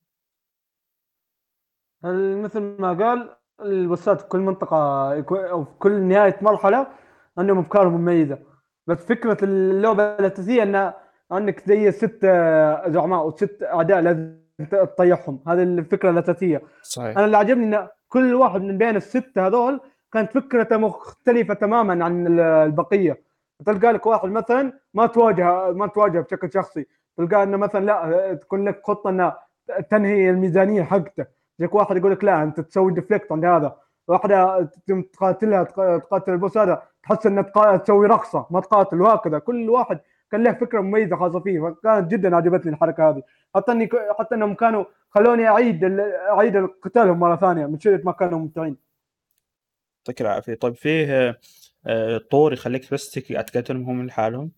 هل مثل ما قال البوسات في كل منطقة يكون- أو في كل نهاية مرحلة عندهم أفكار مميزة. بس فكرة اللعبة الأساسية أن عندك زي ست آه، زعماء وست أعداء لازم تطيحهم، هذه الفكرة الأساسية. صحيح. أنا اللي عجبني أن كل واحد من بين الستة هذول كانت فكرته مختلفة تماما عن ال- البقية. تلقى لك واحد مثلا ما تواجه ما تواجه بشكل شخصي، تلقى انه مثلا لا تكون لك خطه انه تنهي الميزانيه حقته. يجيك واحد يقول لك لا انت تسوي ديفليكت عند هذا، واحده تتم تقاتلها تق- تقاتل البوس هذا تحس انك تقا- تسوي رقصه ما تقاتل، وهكذا كل واحد كان له فكره مميزه خاصه فيه، فكانت جدا عجبتني الحركه هذه. حتى اني ك- حتى انهم كانوا خلوني اعيد ال- اعيد قتالهم مره ثانيه من شده ما كانوا ممتعين. يعطيك العافية. طيب فيه آه، طور يخليك بس تك- تقاتلهم هم لحالهم؟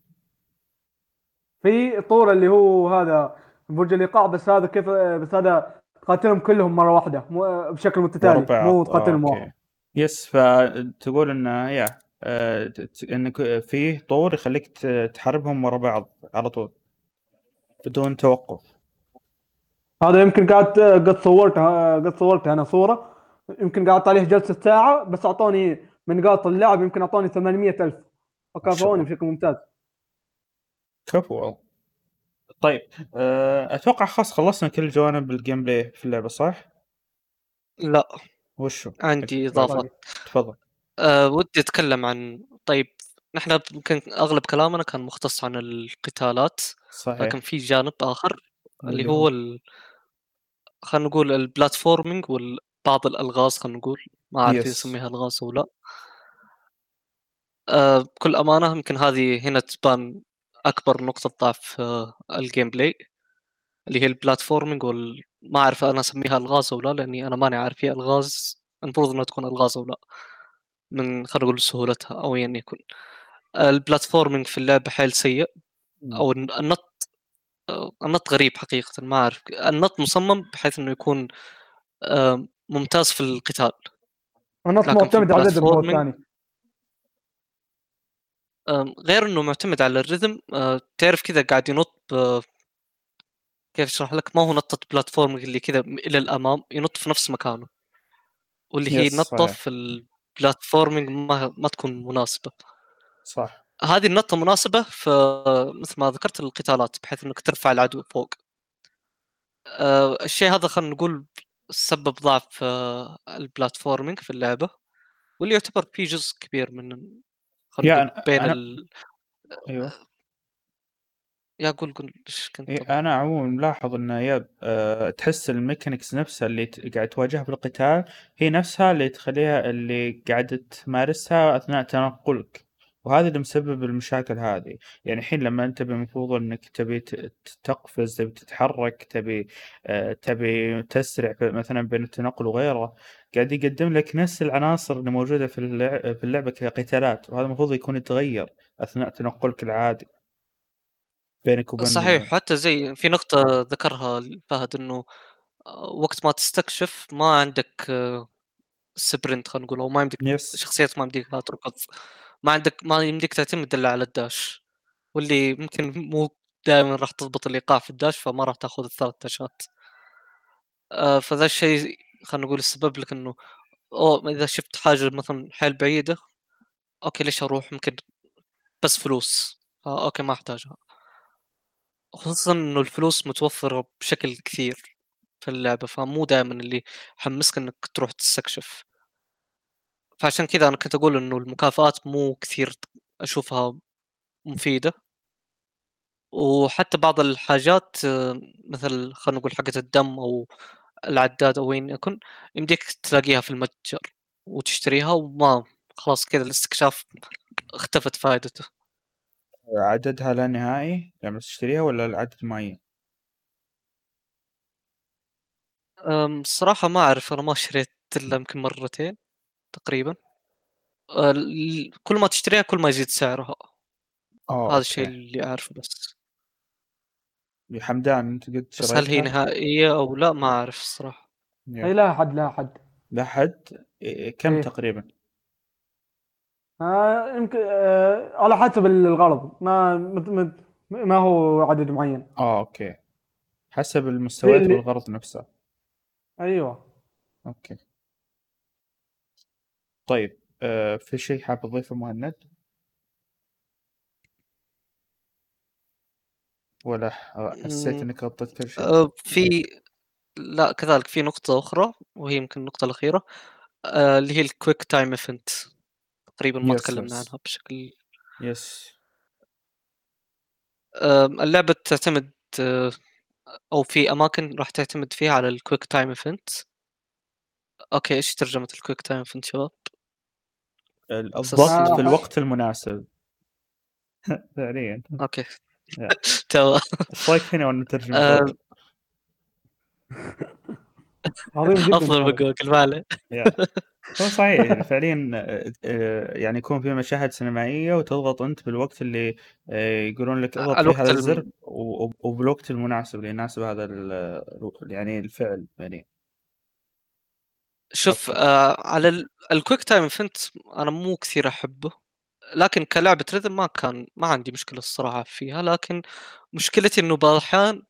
في طور اللي هو هذا برج الايقاع، بس هذا كيف بس هذا تقاتلهم كلهم مره واحده مو بشكل ورا متتالي، مو بعض، تقاتلهم واحد. اوكي. يس، فتقول ان يا آه، ت- ت- انك فيه طور يخليك ت- تحاربهم ورا بعض على طول بدون توقف. هذا يمكن قاعد قد صورت قد صورت انا صوره، يمكن قعدت عليه جلسه ساعه بس اعطوني من نقاط اللعب، يمكن اعطوني ثمانمئة ألف، ما شاء فكافئوني الله، بشكل ممتاز. كفو والله. طيب آه، اتوقع خلاص خلصنا كل جوانب الجيم بلاي في اللعبة، صح؟ لا، وشو؟ عندي لا، إضافة. باقي تفضل. أه ودي أتكلم عن طيب، نحن يمكن أغلب كلامنا كان مختص عن القتالات، لكن صحيح. في جانب آخر اللي اللي هو هو ال... خلينا نقول البلاتفورمينج وبعض الألغاز، خلينا نقول ما أعرف إذا يس. أسميها ألغاز أو لا. أه بكل أمانة يمكن هذه هنا تبان أكبر نقطة ضعف أه الجيم بلاي، اللي هي البلاتفورمينج وال ما أعرف أنا أسميها ألغاز أو لا، لأني أنا ماني عارف هي ألغاز المفروض إنها تكون ألغاز أو لا، من خلينا نقول سهولتها أو أيا يكن. البلاتفورمينج في اللعبة حيل سيء، مم. أو الن- النط آه، النط غريب حقيقة، ما أعرف النط مصمم بحيث إنه يكون آه، ممتاز في القتال، النص لكن في معتمد على الريتم، هو البلاتفورمينج الثاني. آه، غير إنه معتمد على الرhythm. آه، تعرف كذا قاعد ينط ب- كيف أشرح لك، ما هو نطة بلاتفورمينج اللي كذا إلى الأمام، ينط في نفس مكانه، واللي هي يس، نطة صحيح. في البلاتفورمينج ما ما تكون مناسبة. صح. هذه النطة مناسبة في مثل ما ذكرت القتالات، بحيث إنك ترفع العدو فوق. آه، الشيء هذا خلينا نقول سبب ضعف آه، البلاتفورمينج في اللعبة، واللي يعتبر فيه جزء كبير من خلينا يا نقول انا بين انا ال ايوه. يا قول قول ايش كنت إيه، تقول؟ انا عموما ملاحظ ان يا أه تحس الميكانيكس نفسها اللي ت- قاعد تواجهها بالقتال هي نفسها اللي تخليها اللي قاعد تمارسها اثناء تنقلك، وهذا اللي مسبب المشاكل هذه. يعني الحين لما انت المفروض انك تبي ت- ت- تقفز، تبي تتحرك، تبي أه تبي تسرع في- مثلا بين التنقل وغيره، قاعد يقدم لك نفس العناصر اللي موجودة في اللعبة في اللعبة كقتالات، وهذا المفروض يكون يتغير اثناء تنقلك العادي بينك صحيح، وبين. حتى زي في نقطة ذكرها فهد انه آه، وقت ما تستكشف ما عندك آه، سبرنت خلينا نقول، او ما يمديك يس. شخصيات، ما يمديك تركض، ما عندك ما يمديك تعتمد الا على الداش، واللي ممكن مو دائما راح تضبط الايقاع في الداش، فما راح تاخذ الثلاث داشات. آه، فذا الشيء خلينا نقول السبب لك إنه أوه إذا شفت حاجة مثلا حيل بعيدة، أوكي ليش أروح؟ ممكن بس فلوس، آه أوكي ما أحتاجها. خصوصا إنه الفلوس متوفرة بشكل كثير في اللعبة، فمو دائما اللي يحمسك إنك تروح تستكشف. فعشان كذا أنا كنت أقول إنه المكافآت مو كثير أشوفها مفيدة. وحتى بعض الحاجات آه، مثل خلينا نقول حقة الدم أو العداد أو وين يكن، يمديك تلاقيها في المتجر وتشتريها، وما خلاص كذا الاستكشاف اختفت فائدته. عددها لا نهائي لما تشتريها ولا العدد معين؟ أم، الصراحة ما أعرف، أنا ما شريت إلا يمكن مرتين تقريبا. آه، ال- كل ما تشتريها كل ما يزيد سعرها. اه هذا الشيء اوكي. اللي أعرفه بس. يا حمدان انت قد بس هل هي شريتها؟ نهائية أو لا ما أعرف الصراحة. اي يا. لا حد لا حد. لا حد. إيه، كم ايه تقريبا؟ آه يمكن آه على حسب الغرض، ما مت- مت- ما هو عدد معين. اه اوكي، حسب في المستويات اللي والغرض نفسه. ايوه. اوكي طيب، آه في شيء حاب تضيفه مهند ولا ح- حسيت أمم، انك غطيت كل شيء؟ آه، في لا كذلك في نقطة أخرى وهي يمكن النقطة الأخيرة، آه، اللي هي الكويك تايم ايفنت. تقريبا ما يس تكلمنا يس عنها بشكل. يس. آه، اللعبة تعتمد آه، أو في أماكن راح تعتمد فيها على الكويك تايم ايفنت. أوكي إيش ترجمة الكويك تايم ايفنت شباب؟ أساس الضغط في آه الوقت المناسب فعليا. أوكي يا. تمام. ايش رايك هنا وانا نترجم آه، جوجل؟ عظيم جدا أفضل من هذا. جوجل ما عليه. يا. هو صحيح فعليا، آه، آه، يعني يكون في مشاهد سينمائية وتضغط أنت بالوقت اللي آه، يقولون لك اضغط فيه الوقت هذا الزر، الم... و- و- وبالوقت المناسب اللي يناسب هذا ال- يعني الفعل يعني. شوف أوكي. آه على ال... الكويك تايم ايفنت أنا مو كثير أحبه، لكن كلعبة ريذم ما كان ما عندي مشكلة الصراحة فيها. لكن مشكلتي إنه بعض الأحيان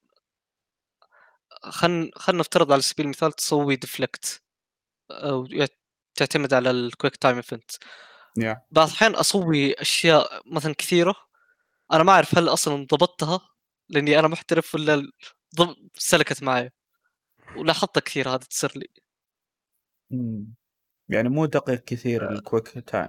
خل خلنا نفترض على سبيل المثال تسوي ديفليكت أو يعت- تعتمد على الكويك تايم ايفنت. يا. بعض الأحيان أسوي أشياء مثلا كثيرة، أنا ما أعرف هل أصلا ضبطتها لأني أنا محترف ولا ال- ضب... سلكت معي. ولاحظتها كثير هذا تصير لي. مم. يعني مو دقيق كثير الكويك تايم.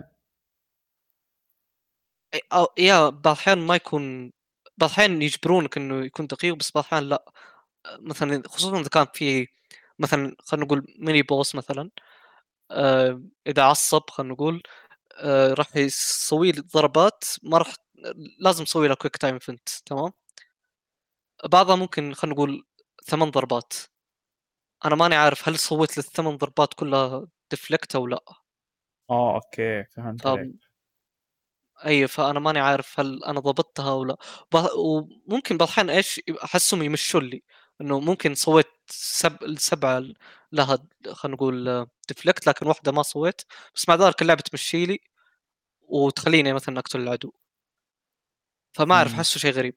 أي- أو يا بعض الأحيان ما يكون، بعض الأحيان يجبرونك إنه يكون دقيق بس بعض الأحيان لا. مثلا خصوصا إذا كان في مثلا خلينا نقول ميني بوس مثلا، آه، إذا عصب خلينا نقول آه، راح يسوي لي ضربات ما راح، لازم اسوي له كويك تايم فنت تمام. بعضها ممكن خلينا نقول ثمان ضربات، انا ماني عارف هل سويت للثمان ضربات كلها ديفليكت او لا. اه اوكي فهمت ف عليك. اي فانا ماني عارف هل انا ضبطتها او لا. ب- وممكن بعض الاحيان ايش احسهم يمشوا لي انه ممكن سويت سب... السبعه لها خلينا نقول ديفليكت لكن واحده ما سويت، بس مع ذلك اللعبه تمشي لي وتخليني مثلا اقتل العدو. فما اعرف مم. احسه شيء غريب.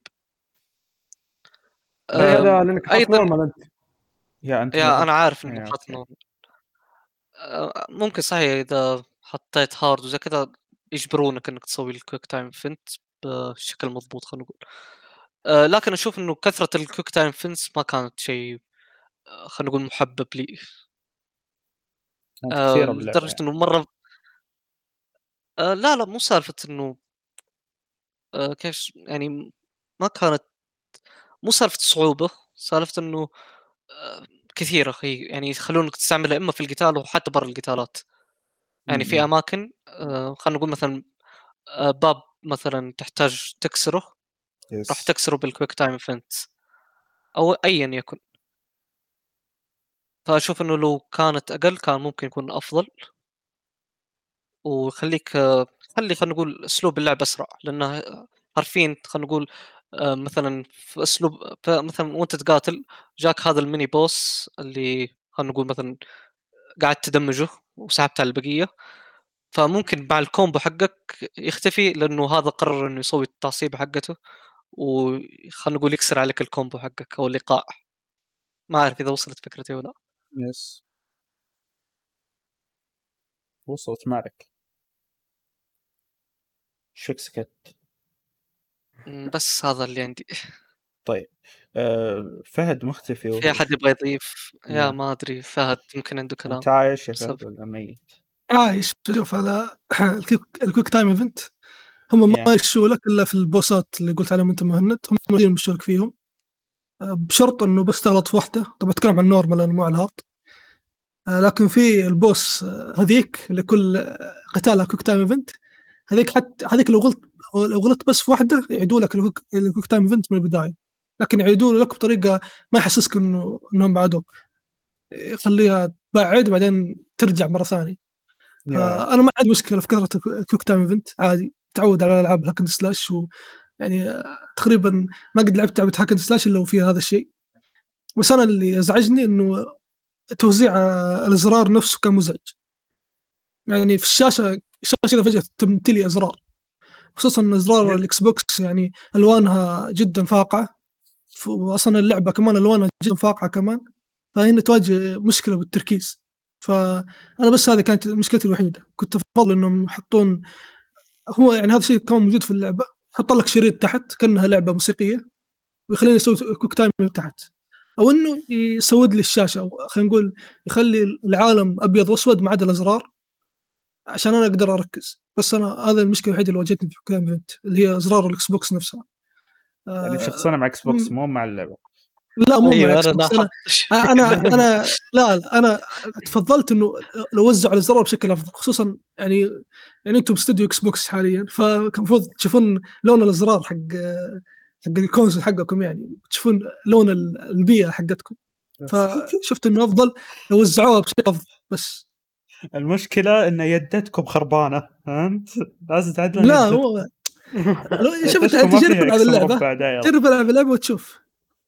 اي أم، هذا لانك حاط ايضا نورمال انت. يا انت يا المفروض. انا عارف انه يا حاط اوكي. نور. أه، ممكن صحيح اذا حطيت هارد وزي كذا يجبرونك انك تسوي الكويك تايم فنت بشكل مضبوط خلينا نقول. أه، لكن اشوف انه كثرة الكويك تايم فنتس ما كانت شيء أه، خلينا نقول محبب لي. كانت أه، كثيرة باللعبة لدرجة يعني. انه مرة أه، لا لا مو سالفة انه أه، كيف يعني ما كانت، مو سالفة صعوبة، سالفة انه أه، كثيرة هي يعني يخلونك تستعملها اما في القتال وحتى برا القتالات. يعني في مم. اماكن أه، خلينا نقول مثلا آه، باب مثلا تحتاج تكسره، راح يس. تكسره بالكويك تايم ايفنت او ايا يكن. فاشوف انه لو كانت اقل كان ممكن يكون افضل، ويخليك آه، خلي خلينا نقول اسلوب اللعب اسرع لانه حرفيا خلينا نقول آه، مثلا في اسلوب مثلا وانت تقاتل جاك هذا الميني بوس اللي خلينا نقول مثلا قاعد تدمجه وسحبت على البقيه، فممكن مع الكومبو حقك يختفي لانه هذا قرر انه يسوي التعصيبه حقته وخلينا نقول يكسر عليك الكومبو حقك او الايقاع. ما اعرف اذا وصلت فكرتي ولا. يس. وصلت معك شك سكت. م، بس هذا اللي عندي. طيب أه فهد مختفي في احد يبغى يضيف؟ يا لا. ما ادري، فهد يمكن عنده كلام. انت عايش يا بسبب- فهد ولا ميت؟ عايش. شوف هذا الكويك الكويك تايم ايفنت هم ما Yeah. يشوا لك الا في البوسات اللي قلت عليهم انت مهند، هم مدير مشترك فيهم آه، بشرط انه بس تغلط في واحده. طبعا اتكلم عن النورمال انواع الهارت، آه، لكن في البوس آه، هذيك لكل آه، قتالها كويك تايم ايفنت. هذيك حتى هذيك لو غلط لو غلطت بس في واحده يعيدوا لك الكويك الكويك تايم ايفنت من البدايه، لكن يعيدوا لك بطريقه ما يحسسك انه انهم بعدوك، يخليها تبعد بعدين ترجع مره ثانيه. Yeah. فانا ما عندي مشكله في كثره الكويك تايم ايفنت، عادي تعود على العاب هاكن سلاش، ويعني آه، تقريبا ما قد لعبت لعبه هاكن سلاش الا وفيها هذا الشيء. بس انا اللي ازعجني انه توزيع آه، الازرار نفسه كان مزعج. يعني في الشاشه الشاشه كذا فجاه تمتلي ازرار، خصوصا ازرار الاكس بوكس يعني الوانها جدا فاقعه، ف- واصلا اللعبه كمان الوانها جدا فاقعه كمان، فهنا تواجه مشكله بالتركيز. فانا بس هذه كانت مشكلتي الوحيده. كنت افضل انهم يحطون، هو يعني هذا الشيء كان موجود في اللعبه، حط لك شريط تحت كانها لعبه موسيقيه ويخليني اسوي كوك تايم من تحت، او انه يسود لي الشاشه، او خلينا نقول يخلي العالم ابيض واسود ما عدا الازرار عشان انا اقدر اركز. بس انا هذا المشكله الوحيده اللي واجهتني في كوك تايم ايفنت، اللي هي ازرار الاكس بوكس نفسها. يعني آه، شخصنا مع اكس بوكس م- مو مع اللعبه. لا مو مع ايوه اكس انا بوكس. انا لاحظت. انا انا لا لا، انا تفضلت انه لو وزعوا الازرار بشكل افضل، خصوصا يعني يعني انتم باستوديو اكس بوكس حاليا، فكان المفروض تشوفون لون الازرار حق حق الكونسول حقكم، يعني تشوفون لون ال- البيئه حقتكم. فشفت انه افضل لو وزعوها بشكل افضل. بس المشكله ان يدتكم خربانه، فهمت؟ لازم تعدلون لا يدتكم. هو لو شفت يدتكم انت ما جرب فيها العب اكس اللعبه، مربع دايره. جرب العب اللعبه وتشوف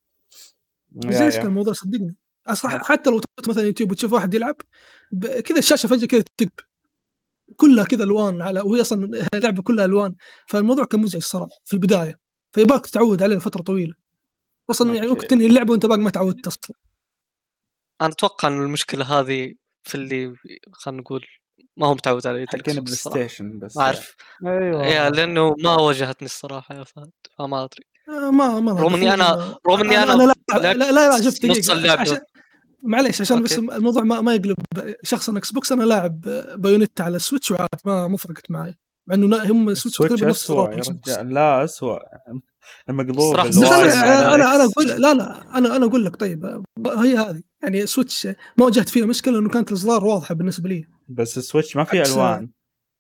يا بزيش يا الموضوع صدقني. أصح حتى لو تحط مثلا يوتيوب وتشوف واحد يلعب ب- كذا الشاشه فجاه كذا تقلب كلها كذا الوان، على وهي اصلا اللعبه كلها الوان. فالموضوع كان مزعج الصراحه في البدايه، فيباك تتعود عليه لفتره طويله. اصلا يعني ممكن أوكي. تنهي اللعبه وانت باقي ما تعودت اصلا. انا اتوقع ان المشكله هذه في اللي خلينا نقول ما هو متعود على يد الاكس حقين بوكس بلاي الصراحه. ستيشن بس. ما اعرف ايوه يا لانه ما واجهتني الصراحه يا فهد، فما ادري. آه، ما ما رغم اني انا دخلنا. رغم اني انا انا انا لا لعبت لا لا, لا شوف نص دقيقه عش- اللعبه. عشان معليش عشان بس اوكي الموضوع ما, ما يقلب شخصا اكس بوكس. انا لاعب بايونيتا على السويتش وعاد ما ما فرقت معي، مع انه نا- هم السويتش السويتش تقريبا نفس اسوء زرار يا اكس بوكس. رجال، لا اسوء. المقلوب الصراحة بس انا الواي السويتش مع أسوأ. انا انا الاكس. اقول لا لا انا انا اقول لك طيب هي هذه يعني سويتش ما واجهت فيها مشكله انه كانت الازرار واضحه بالنسبه لي. بس السويتش ما فيه عكس الوان.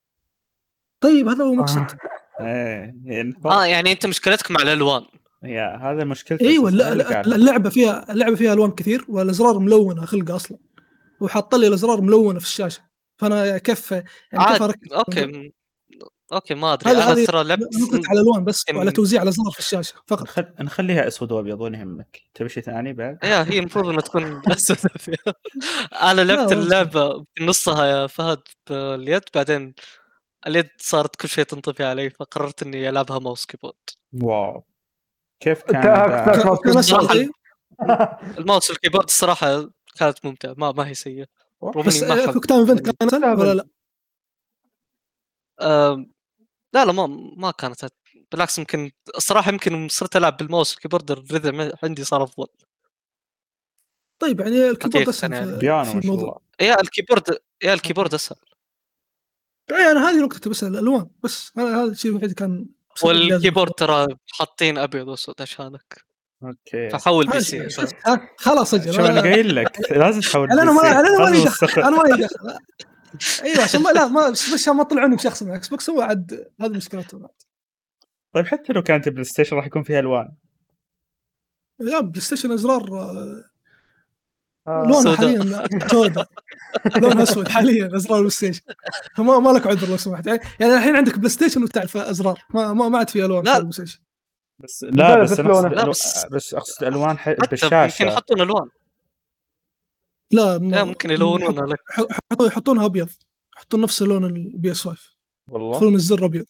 طيب هذا هو مقصد. ايه يعني اه فرق. يعني انت مشكلتك مع الالوان. يا هذا مشكلته ايوه اساسا، لا- انا اللي لا- قالها. اللعبه فيها اللعبه فيها الوان كثير والازرار ملونه خلقه اصلا، وحاط لي الازرار ملونه في الشاشه، فانا كيف يعني كيف عاد اركز؟ اوكي م- اوكي ما ادري هذا انا هذه ترى لعبت نقطة على الالوان بس وعلى يمكن. توزيع الازرار في الشاشه فقط. نخل... نخليها اسود وابيض ولا يهمك. تبي شيء ثاني بعد؟ يا هي المفروض انها تكون اسود فيها. انا لا لعبت والله. اللعبه بنصها يا فهد باليد، بعدين اليد صارت كل شيء تنطفي علي، فقررت اني العبها ماوس كيبورد. واو، كيف انت كان اكثر ذا؟ ماوس كان اسهل صراحه طيب. الماوس والكيبورد الصراحه كانت ممتعه، ما ما هي سيئه رغم اني بس ما احب كوك تايم ايفنت كان اسهل ولا لا؟ آم، لا لا ما ما كانت هت- بالعكس يمكن الصراحه يمكن صرت العب بالماوس والكيبورد الريذم عندي صار افضل. طيب يعني الكيبورد حقيقه اسهل يعني في بيانو في ما شاء الموضوع. الله. يا الكيبورد يا الكيبورد اسهل. يعني هذه نقطة بس الالوان بس، هذا هذا الشيء الوحيد كان مسبب لي هذه والكيبورد المشكلة. ترى حاطين ابيض واسود عشانك، اوكي. فحول بي ها- سي شفت؟ فهد. ها، خلاص اجل شوف انا انا قايل لك لازم تحول انا بي ما سي، انا مالي لازم دخل تستخدم. انا مالي دخل. ايوه عشان ما لا ما بس عشان ما طلعوني بشخص من اكس بوكس، هو عاد هذه مشكلته. طيب حتى لو كانت بلاي ستيشن راح يكون فيها الوان. لا بلاي ستيشن ازرار آه، آه. لونها سوداء. حاليا سوداء، لونها اسود حاليا ازرار البلاي ستيشن. فما ما لك عذر لو سمحت. يعني يعني الحين عندك بلاي ستيشن وتعرف ازرار ما ما, ما عاد في الوان في لا البلاي ستيشن. بس لا لا، بس بس انا اقصد لونه. لا الو... بس بس اقصد الوان ح... حتى يمكن بالشاشه. يحطون الوان. لا لا ما ممكن يلونونها لك. يحطون يحطونها ابيض، يحطون نفس لون البي اس خمسة، والله يخلون الزر ابيض.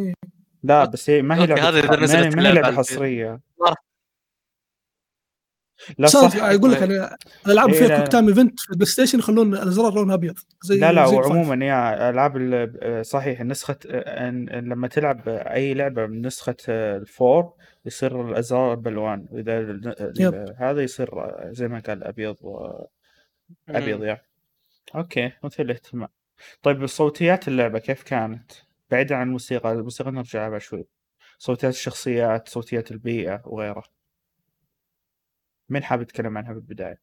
لا، بس هي ما هي اوكي لعبه هذا ح... اذا ما هي نزلت ما هي اللعبه لعبه على البيت. حصريه. ما راح لا صار صح يقول لك يعني الالعاب إيه فيها لا- كويك تايم ايفنت في البلاي ستيشن يخلون الازرار لونها ابيض زي لا لا زي الفايف. وعموما يا العاب ال- صحيح نسخه إن- لما تلعب اي لعبه من نسخه الفور يصير الازرار بالوان، واذا ال- يب. ال- هذا يصير زي ما قال ابيض وابيض مم. يعني. اوكي مثل الاهتمام. طيب صوتيات اللعبه كيف كانت بعيدا عن الموسيقى؟ الموسيقى نرجع لها شوي. صوتيات الشخصيات، صوتيات البيئه وغيره، مين حاب يتكلم عنها بالبدايه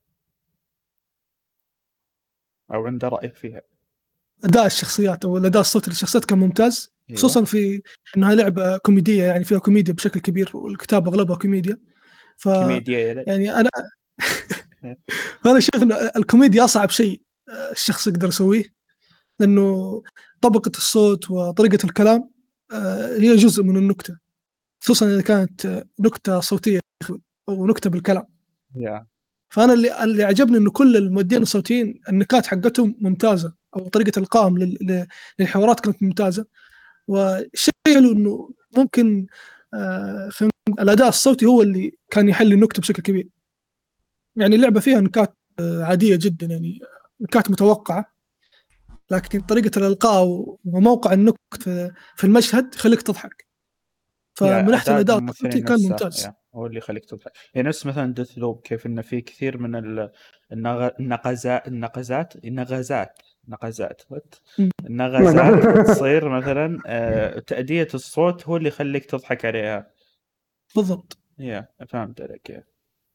او عنده راي فيها؟ اداء الشخصيات او الاداء الصوتي للشخصيات كان ممتاز، أيوة. خصوصا في انها لعبه كوميديه، يعني فيها كوميديا بشكل كبير والكتاب اغلبها كوميديا. ف كوميديا يا لك. يعني انا فانا شايف ان الكوميديا اصعب شيء الشخص يقدر يسويه، لانه طبقه الصوت وطريقه الكلام آه، هي جزء من النكته، خصوصا اذا كانت نكته صوتيه او نكته بالكلام. يا فانا اللي اللي عجبني انه كل المؤدين الصوتيين النكات حقتهم ممتازه، او طريقه القائهم لل- لل- للحوارات كانت ممتازه. والشيء حلو انه ممكن آه خلينا نقول الاداء الصوتي هو اللي كان يحل النكته بشكل كبير. يعني اللعبه فيها نكات آه عاديه جدا، يعني نكات متوقعه، لكن طريقه الالقاء وموقع النكت في في المشهد يخليك تضحك. فمن يا ناحيه أداء الاداء الصوتي الممثلين كان نفسه ممتاز. يا هو اللي يخليك تضحك. يعني نفس مثلا ديث لوب، كيف إنه في كثير من ال- النغ... النقزات النقزات النغزات نقزات وات م. النغزات تصير مثلا آه، تأدية الصوت هو اللي يخليك تضحك عليها. بالضبط. يا فهمت عليك يا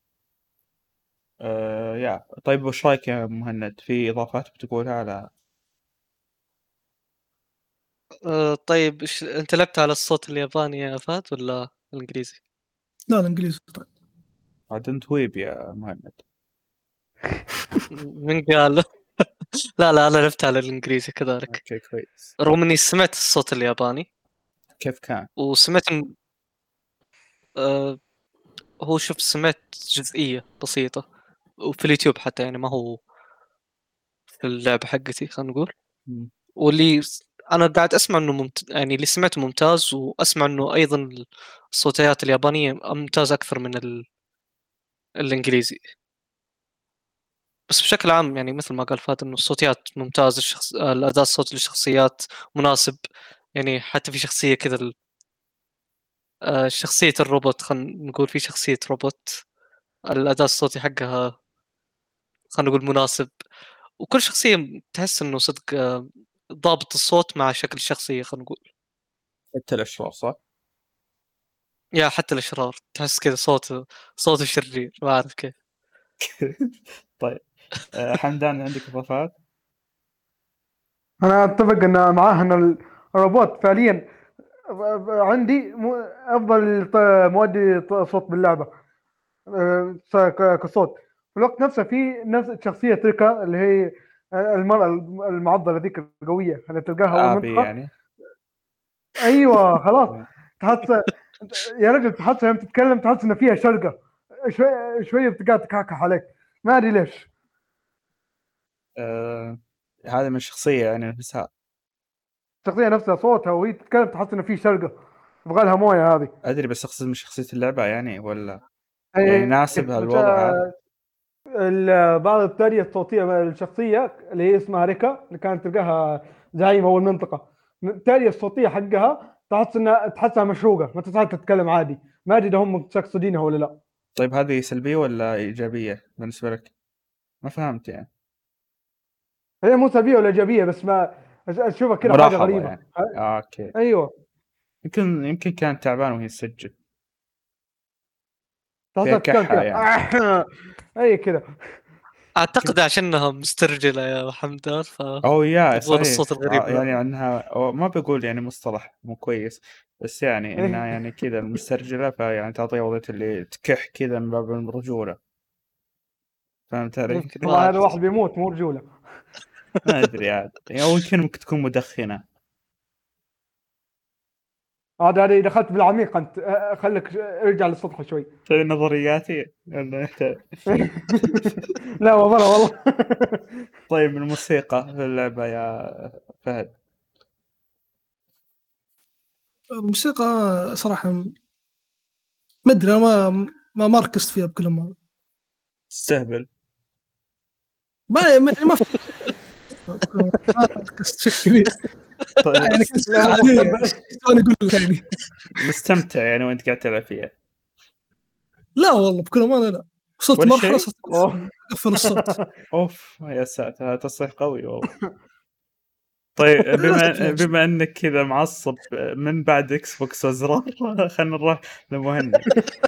آه يا طيب وش رايك يا مهند، في إضافات بتقولها على؟ آه طيب إيش- انت لعبت على الصوت الياباني يا فهد ولا الانجليزي؟ لا الانجليزي طيب. عاد انت ويب يا مهند. من قال؟ لا لا انا لعبت على الانجليزي كذلك، اوكي كويس. رغم اني سمعت الصوت الياباني كيف كان؟ وسمعت إن- آه هو شوف سمعت جزئية بسيطة وفي اليوتيوب حتى، يعني ما هو في اللعبة حقتي خلينا نقول. مم. واللي س- انا قاعد اسمع انه ممت... يعني اللي سمعته ممتاز، واسمع انه ايضا الصوتيات اليابانية ممتازة اكثر من ال... الانجليزي. بس بشكل عام يعني مثل ما قال فهد انه الصوتيات ممتازة، الشخص... الاداء الصوتي للشخصيات مناسب. يعني حتى في شخصية كذا ال- آه، شخصية الروبوت، خلينا نقول في شخصية روبوت الاداء الصوتي حقها خلينا نقول مناسب. وكل شخصية تحس انه صدق آه، ضابط الصوت مع شكل الشخصية خلينا نقول. حتى الأشرار صح؟ يا حتى الاشرار تحس كذا صوت صوت شرير، ما اعرف كيف. طيب آه، حمدان عندك إضافات؟ انا اتفق ان معاه ان الروبوت فعليا عندي مو- افضل ط- مؤدي ط- صوت باللعبه أه، ك- كصوت. في الوقت نفسه في نفس شخصيه تريكا اللي هي المراه المعضله ذيك القويه اللي تلقاها اول آبي منطقه. يعني. ايوه خلاص تحس يا رجل، تحس لما تتكلم تحس ان فيها شرقه شوي شويه بتقعد تكعكح عليك، ما ادري ليش. آه، هذا من الشخصية يعني نفسها. الشخصيه نفسها صوتها وهي تتكلم تحس ان في شرقه، تبغى لها مويه هذه. أدري بس أقصد من شخصية اللعبة يعني، ولا يعني أي- يناسب هالوضع هذا؟ ال- بعض التالية الصوتية للشخصية اللي هي اسمها ريكا اللي كانت تلقاها زعيمة أول منطقة، التالية الصوتية حقها تحس إنها تحسها مشروقة، ما تسمع تتكلم عادي. ما أدري إذا هم تقصدينها ولا لا. طيب هذه سلبية ولا إيجابية بالنسبة لك؟ ما فهمت يعني. هي مو سلبية ولا إيجابية، بس ما أشوفها كذا حاجة ملاحظة غريبة. يعني. آه، أوكي. أيوه يمكن يمكن كانت تعبان وهي تسجل. تحسها تتكلم كحة كذا يعني. أي كذا. اعتقد عشانها مسترجلة يا حمدان أو يا فيبغون صحيح الصوت الغريب آه، ذا. يعني عنها أو ما بقول يعني مصطلح مو كويس، بس يعني إنها يعني كذا المسترجلة، فيعني تعطيها وضعية اللي تكح كذا من باب الرجولة. فهمت علي؟ ممكن، ما والله هذا اعرف. واحد بيموت مو رجولة. ما أدري عاد، أو يمكن ممكن تكون مدخنة. هذا هذا دخلت بالعميق أنت. أه، خليك ارجع للسطح شوي. تبي نظرياتي ولا إنت؟ لا والله والله. طيب الموسيقى في اللعبة يا فهد. الموسيقى صراحة ما أدري، أنا ما ما ما ركزت فيها بكل مرة. استهبل. ما ما ما في شيء كبير طيب يعني كنت لا، مو عادية. مستهبل. انا اقول لك يعني مستمتع يعني وانت قاعد تلعب فيها؟ لا والله بكل امانه لا، وصلت ولا مرحله شيء؟ صرت أوه. اقفل الصوت. اوف يا ساتر، هذا تصريح قوي والله. طيب بما للأسف يعني. بما انك كذا معصب من بعد اكس بوكس وازرار، خلينا نروح لمهند.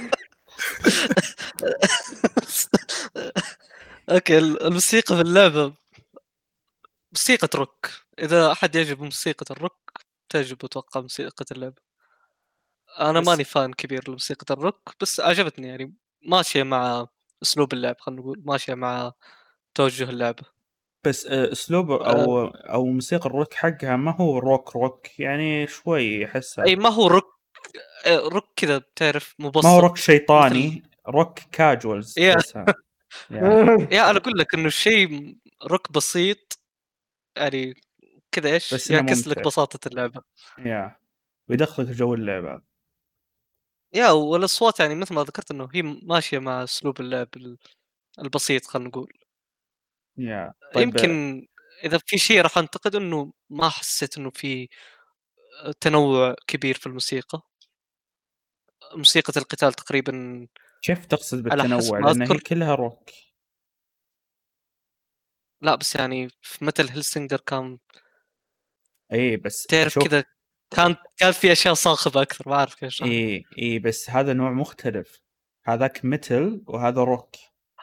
اوكي، ال- الموسيقى في اللعبة موسيقى روك. اذا احد يعجب موسيقى الروك تعجب اتوقع موسيقى اللعبة. انا بس ماني فان كبير لموسيقى الروك، بس عجبتني يعني، ماشية مع اسلوب اللعب، خلينا نقول ماشية مع توجه اللعبة. بس آه، اسلوب أه او او موسيقى الروك حقها ما هو روك روك يعني، شوي احسها اي ما هو روك. آه، روك كذا بتعرف ما هو روك مبسط مثل. شيطاني، روك كاجوالز يا تحسها. يا يا انا اقول لك انه شيء روك بسيط يعني، كذا ايش بس انه يعكس لك ممتع. بساطة اللعبة. يا ويدخلك في جو اللعبة. يا والاصوات يعني مثل ما ذكرت انه هي ماشية مع اسلوب اللعب ال- البسيط، خلينا نقول. يا طيب يمكن آه، اذا في شيء راح انتقد انه ما حسيت انه في تنوع كبير في الموسيقى. موسيقى القتال تقريبا كيف تقصد على حسب بالتنوع؟ ما لان هي اذكر. كلها روك. لا بس يعني في مثل هيلسينجر كان اي بس تعرف شوف، كذا، كان كان في اشياء صاخبة اكثر، ما اعرف كيف اشرح لك. اي اي بس هذا نوع مختلف، هذاك ميتل وهذا روك.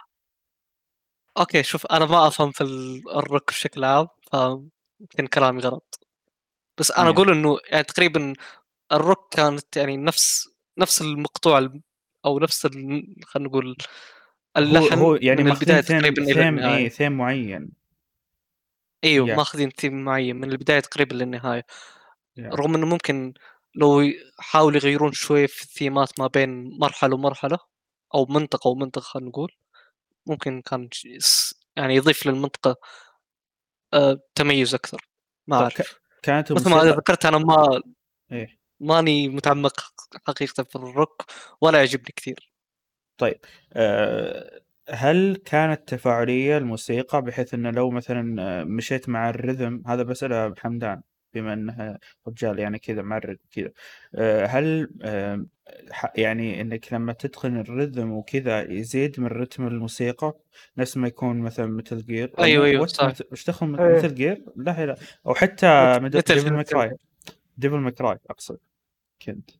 اوكي شوف، انا ما افهم في ال- الروك بشكل عام، فيمكن كلامي غلط. بس انا يا اقول انه يعني تقريبا الروك كانت يعني نفس نفس المقطوع الم- او نفس ال- خلينا نقول هو اللحن هو يعني من ماخذين البدايه ثيم تقريبا الى ثيم اي النهايه. ثيم معين. ايوه يا ماخذين ثيم معين من البدايه تقريبا للنهايه. يا رغم انه ممكن لو ي- حاولوا يغيرون شوي في الثيمات ما بين مرحله ومرحله، او منطقه ومنطقه خلينا نقول، ممكن كان ش- يس- يعني يضيف للمنطقه آه، تميز اكثر. ما طب ك... اعرف. كانت مثل ما الموسيقى ذكرت انا ما ايه. ماني متعمق حقيقه في الروك، ولا يعجبني كثير. طيب أه هل كانت تفاعلية الموسيقى بحيث انه لو مثلا آه، مشيت مع الرذم هذا؟ بسألها حمدان بما انها رجال يعني كذا معرض كذا. أه هل أه ح- يعني انك لما تدخل الرذم وكذا يزيد من رتم الموسيقى نفس ما يكون مثلا مثل جير او ايوه مو ايوه وات صح. مثل وش دخل مثل ايه جير؟ لا لا، او حتى مثل ديفل هيلث. ماكراي. ديفل ماكراي اقصد كنت.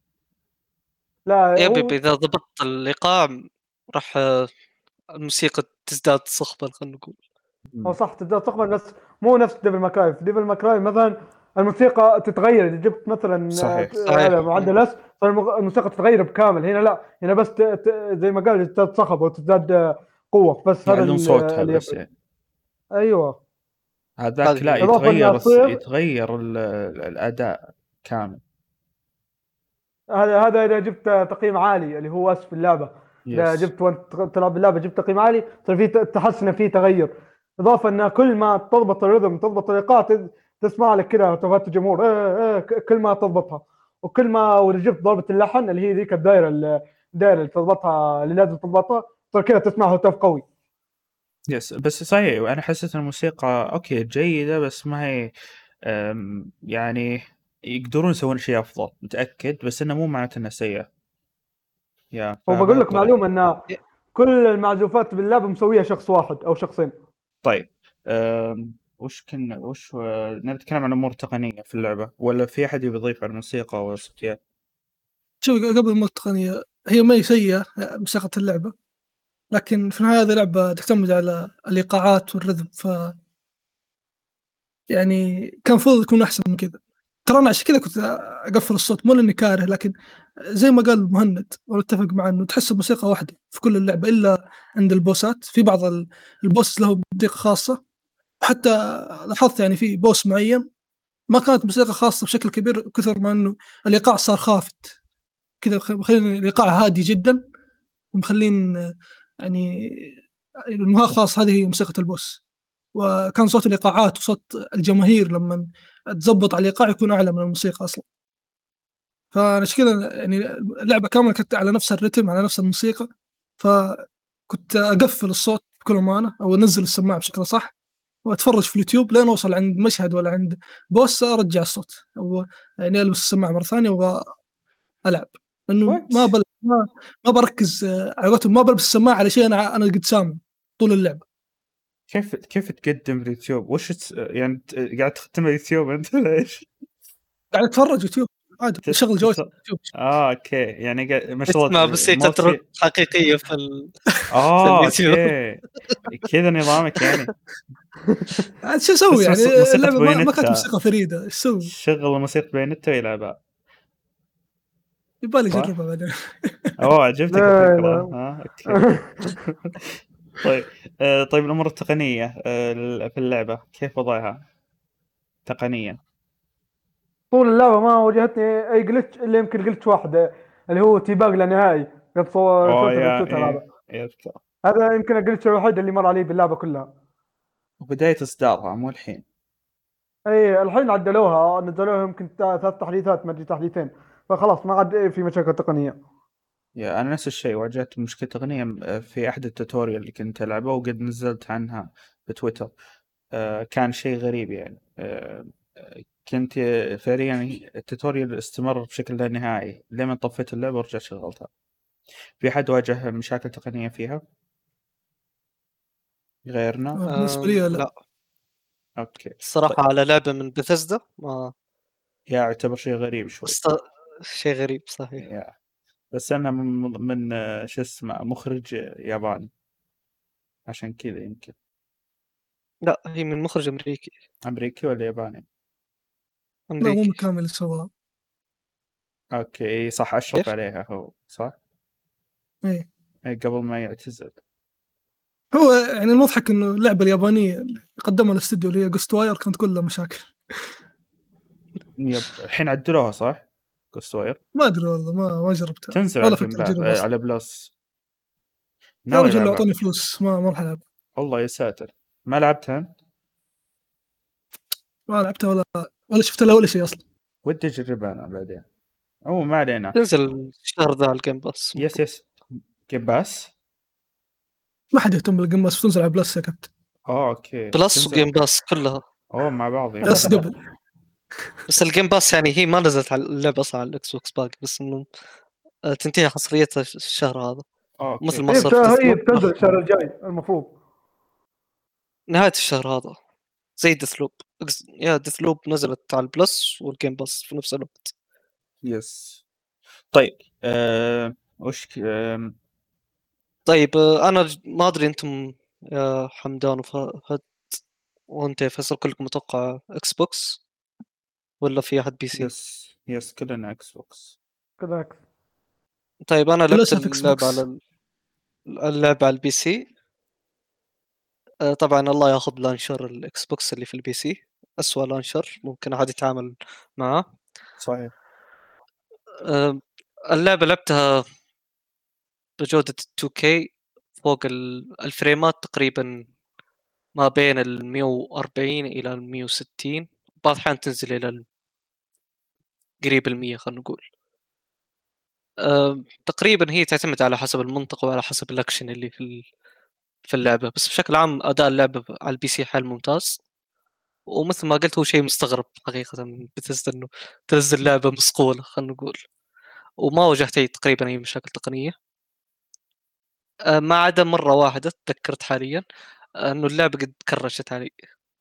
لا يب يب هو اذا ضبطت الايقاع راح آه، الموسيقى تزداد صخبا خلينا نقول. هو صح تبدا تقبل، بس مو نفس ديفل ماكراي. في ديفل ماكراي مثلا الموسيقى تتغير اذا جبت مثلا صحيح. آه، على صحيح. مم. معدل اس، فالموسيقى تتغير بكامل. هنا لا، هنا بس ت... ت... زي ما قال تزداد صخب وتزداد آه، قوه، بس هذا يعلون صوتها اللي بس يفرق. يعني. ايوه. هذاك هذه لا، هي. اضافه انها يتغير الس- تصير، يتغير ال- ال- الأداء كامل. هذا هذا اذا جبت تقييم عالي اللي هو اس في اللعبه. اذا يس. جبت وانت تلعب اللعبه جبت تقييم عالي، صار في ت- تحس انه في تغير. اضافه انها كل ما تضبط الرhythm تضبط الايقاع تز- تسمع لك كذا هتافات الجمهور ايه ايه ك- كل ما تضبطها. وكل ما واذا جبت ضربه اللحن اللي هي ذيك الدائره ال- الدائره اللي تضبطها اللي لازم تضبطها، صار كذا تسمع هتاف قوي. يس بس صحيح، وأنا حسيت الموسيقى أوكي جيدة بس ما هي أم، يعني يقدرون يسوون شيء أفضل متأكد، بس إنه مو معناته إنها سيئة. يا هو بقول فهذا لك الطريق. معلومه ان كل المعزوفات باللعبه مسويها شخص واحد او شخصين. طيب أم، وش كنا وش آه، نبي نتكلم عن أمور تقنية في اللعبة ولا في أحد يبي يضيف على الموسيقى والصوتيات؟ شوف قبل ما التقنية هي ما هي سيئة مساقة اللعبة، لكن في النهاية هذه لعبة تعتمد على الإيقاعات والرذم، ف يعني كان المفروض يكون أحسن من كذا. ترى أنا عشان كذا كنت أقفل الصوت، مو لأني كاره، لكن زي ما قال مهند وأنا أتفق معه إنه تحس بموسيقى واحدة في كل اللعبة إلا عند البوسات. في بعض ال- البوس له موسيقى خاصة، وحتى لاحظت يعني في بوس معين ما كانت موسيقى خاصة بشكل كبير، كثر ما إنه الإيقاع صار خافت كذا، مخلين الإيقاع هادي جدا، ومخلين يعني انه خلاص هذه هي موسيقى البوس. وكان صوت الايقاعات وصوت الجماهير لما تزبط على الايقاع يكون اعلى من الموسيقى اصلا. فعشان كذا يعني اللعبه كامله كانت على نفس الرتم على نفس الموسيقى، ف كنت اقفل الصوت بكل امانه او انزل السماعه بشكل صح واتفرج في اليوتيوب لين اوصل عند مشهد ولا عند بوس ارجع الصوت او يعني البس السماعه مره ثانيه والعب لانه What؟ ما بل ما, ما بركز آه، على قولتهم ما بلبس السماعه على شيء انا انا قد سامع طول اللعبه. كيف كيف تقدم اليوتيوب؟ وش تس... يعني ت- قاعد تختم اليوتيوب انت ليش؟ قاعد اتفرج يوتيوب عادي تس... بشغل جويس تس... يوتيوب. اه اوكي يعني قا... ما شاء تسمع الله موسيقى مالتي. روك حقيقيه في ال... في اه اليوتيوب. اوكي كذا نظامك يعني. عاد شو اسوي بس يعني مس... موسيقى اللعبه ما, ما كانت بايونيتا، موسيقى فريده ايش اسوي؟ شغل موسيقى بايونيتا ويلعبها يبالي صح؟ اجربها بعدين. اوه عجبتك لا الفكرة لا ها اوكي. طيب آه طيب الامور التقنية آه في اللعبة كيف وضعها تقنيا؟ طول اللعبه ما واجهتني اي جلتش الا يمكن جلتش واحد اللي هو تيباج لا نهائي. قد صو- اوه صورته في يا التويتر هذا. ايه يذكر. هذا يمكن الجلتش الوحيد اللي مر علي باللعبه كلها. وبداية اصدارها مو الحين. اي الحين عدلوها نزلوها يمكن تا- ثلاث تحديثات ما ادري تحديثين فخلاص ما عاد في مشاكل تقنيه. يا أنا نفس الشيء واجهت مشكلة تقنية م- في أحد التوتوريال اللي كنت ألعبه وقد نزلت عنها بتويتر. آه كان شيء غريب يعني. آه آه، كنت فعليا التوتوريال استمر بشكل لا نهائي لما طفيت اللعبة ورجعت شغلتها. في حد واجه مشاكل تقنية فيها غيرنا؟ بالنسبه أم، لي لا. لا أوكي. طيب الصراحه على لعبه من بثزدا ما يا يعتبر شيء غريب شوي. است... شيء غريب صحيح. يا بس أنا من, من آه، شو اسمه مخرج ياباني عشان كذا يمكن. لا هي من مخرج امريكي. أمريكي ولا ياباني؟ لا مو امريكي. مكامل اللي سواها. اوكي صح اشرف كيف؟ عليها هو صح. ايه إيه، قبل ما يعتزل. هو يعني المضحك انه اللعبه اليابانيه اللي قدمها الاستوديو اللي هي جوست واير كانت كلها مشاكل. يب الحين عدلوها صح جوست واير. ما ادري والله ما ما جربتها تنزل على ولا الجيم فكره لاب اجربها آه، اصلا. على بلس. يا ناوي رجل لو العبها. اعطوني فلوس ما ما راح العب. والله يا ساتر ما لعبتها أنت؟ ما لعبتها ولا ولا شفت لها ولا شيء اصلا. ودي اجربها انا بعدين. او ما علينا. تنزل الشهر ذا على الجيم باس. يس يس جيم باس. ما حد يهتم بالجيم بس تنزل على بلس يا كابتن. اوه اوكي بلس تنزل. وجيم باس كلها. اوه مع بعض يعني. بلس قبل. بس الجيم باس يعني هي ما نزلت على اللعبه اصلا على الاكس بوكس باقي بس انه آه، تنتهي حصريتها الشهر هذا مثل اوكي ما هي صار بت- في هي ديثلوب. بتنزل الشهر الجاي المفروض. نهايه الشهر هذا زي ديثلوب. يا ديثلوب نزلت على البلس والجيم باس في نفس الوقت. يس. طيب آه... وش ك- آه... طيب آه، انا ج- ما ادري انتم يا حمدان وفهد وانت يا فيصل كلكم متوقع اكس بوكس ولا في احد بي سي؟ يس يس كلنا اكس بوكس. كذا طيب انا لعبت للاسف اكس اللعبه بوكس. على ال- اللعبه على البي سي. آه، طبعا الله ياخذ لانشر الاكس بوكس اللي في البي سي. اسوأ لانشر ممكن احد يتعامل معه. صحيح. آه، اللعبه لعبتها بجوده تو كيه فوق ال- الفريمات تقريبا ما بين ال مية وأربعين الى ال مية وستين. بعض الأحيان تنزل الى ال- قريب ال مية خلينا نقول. آه، تقريبا هي تعتمد على حسب المنطقة وعلى حسب الأكشن اللي في ال- في اللعبة. بس بشكل عام أداء اللعبة على البي سي حال ممتاز. ومثل ما قلت هو شيء مستغرب حقيقة من بثزدا إنه تنزل لعبة مصقولة خلينا نقول. وما واجهت أي تقريبا أي مشاكل تقنية. آه، ما عدا مرة واحدة تذكرت حاليا آه، إنه اللعبة قد كرشت علي.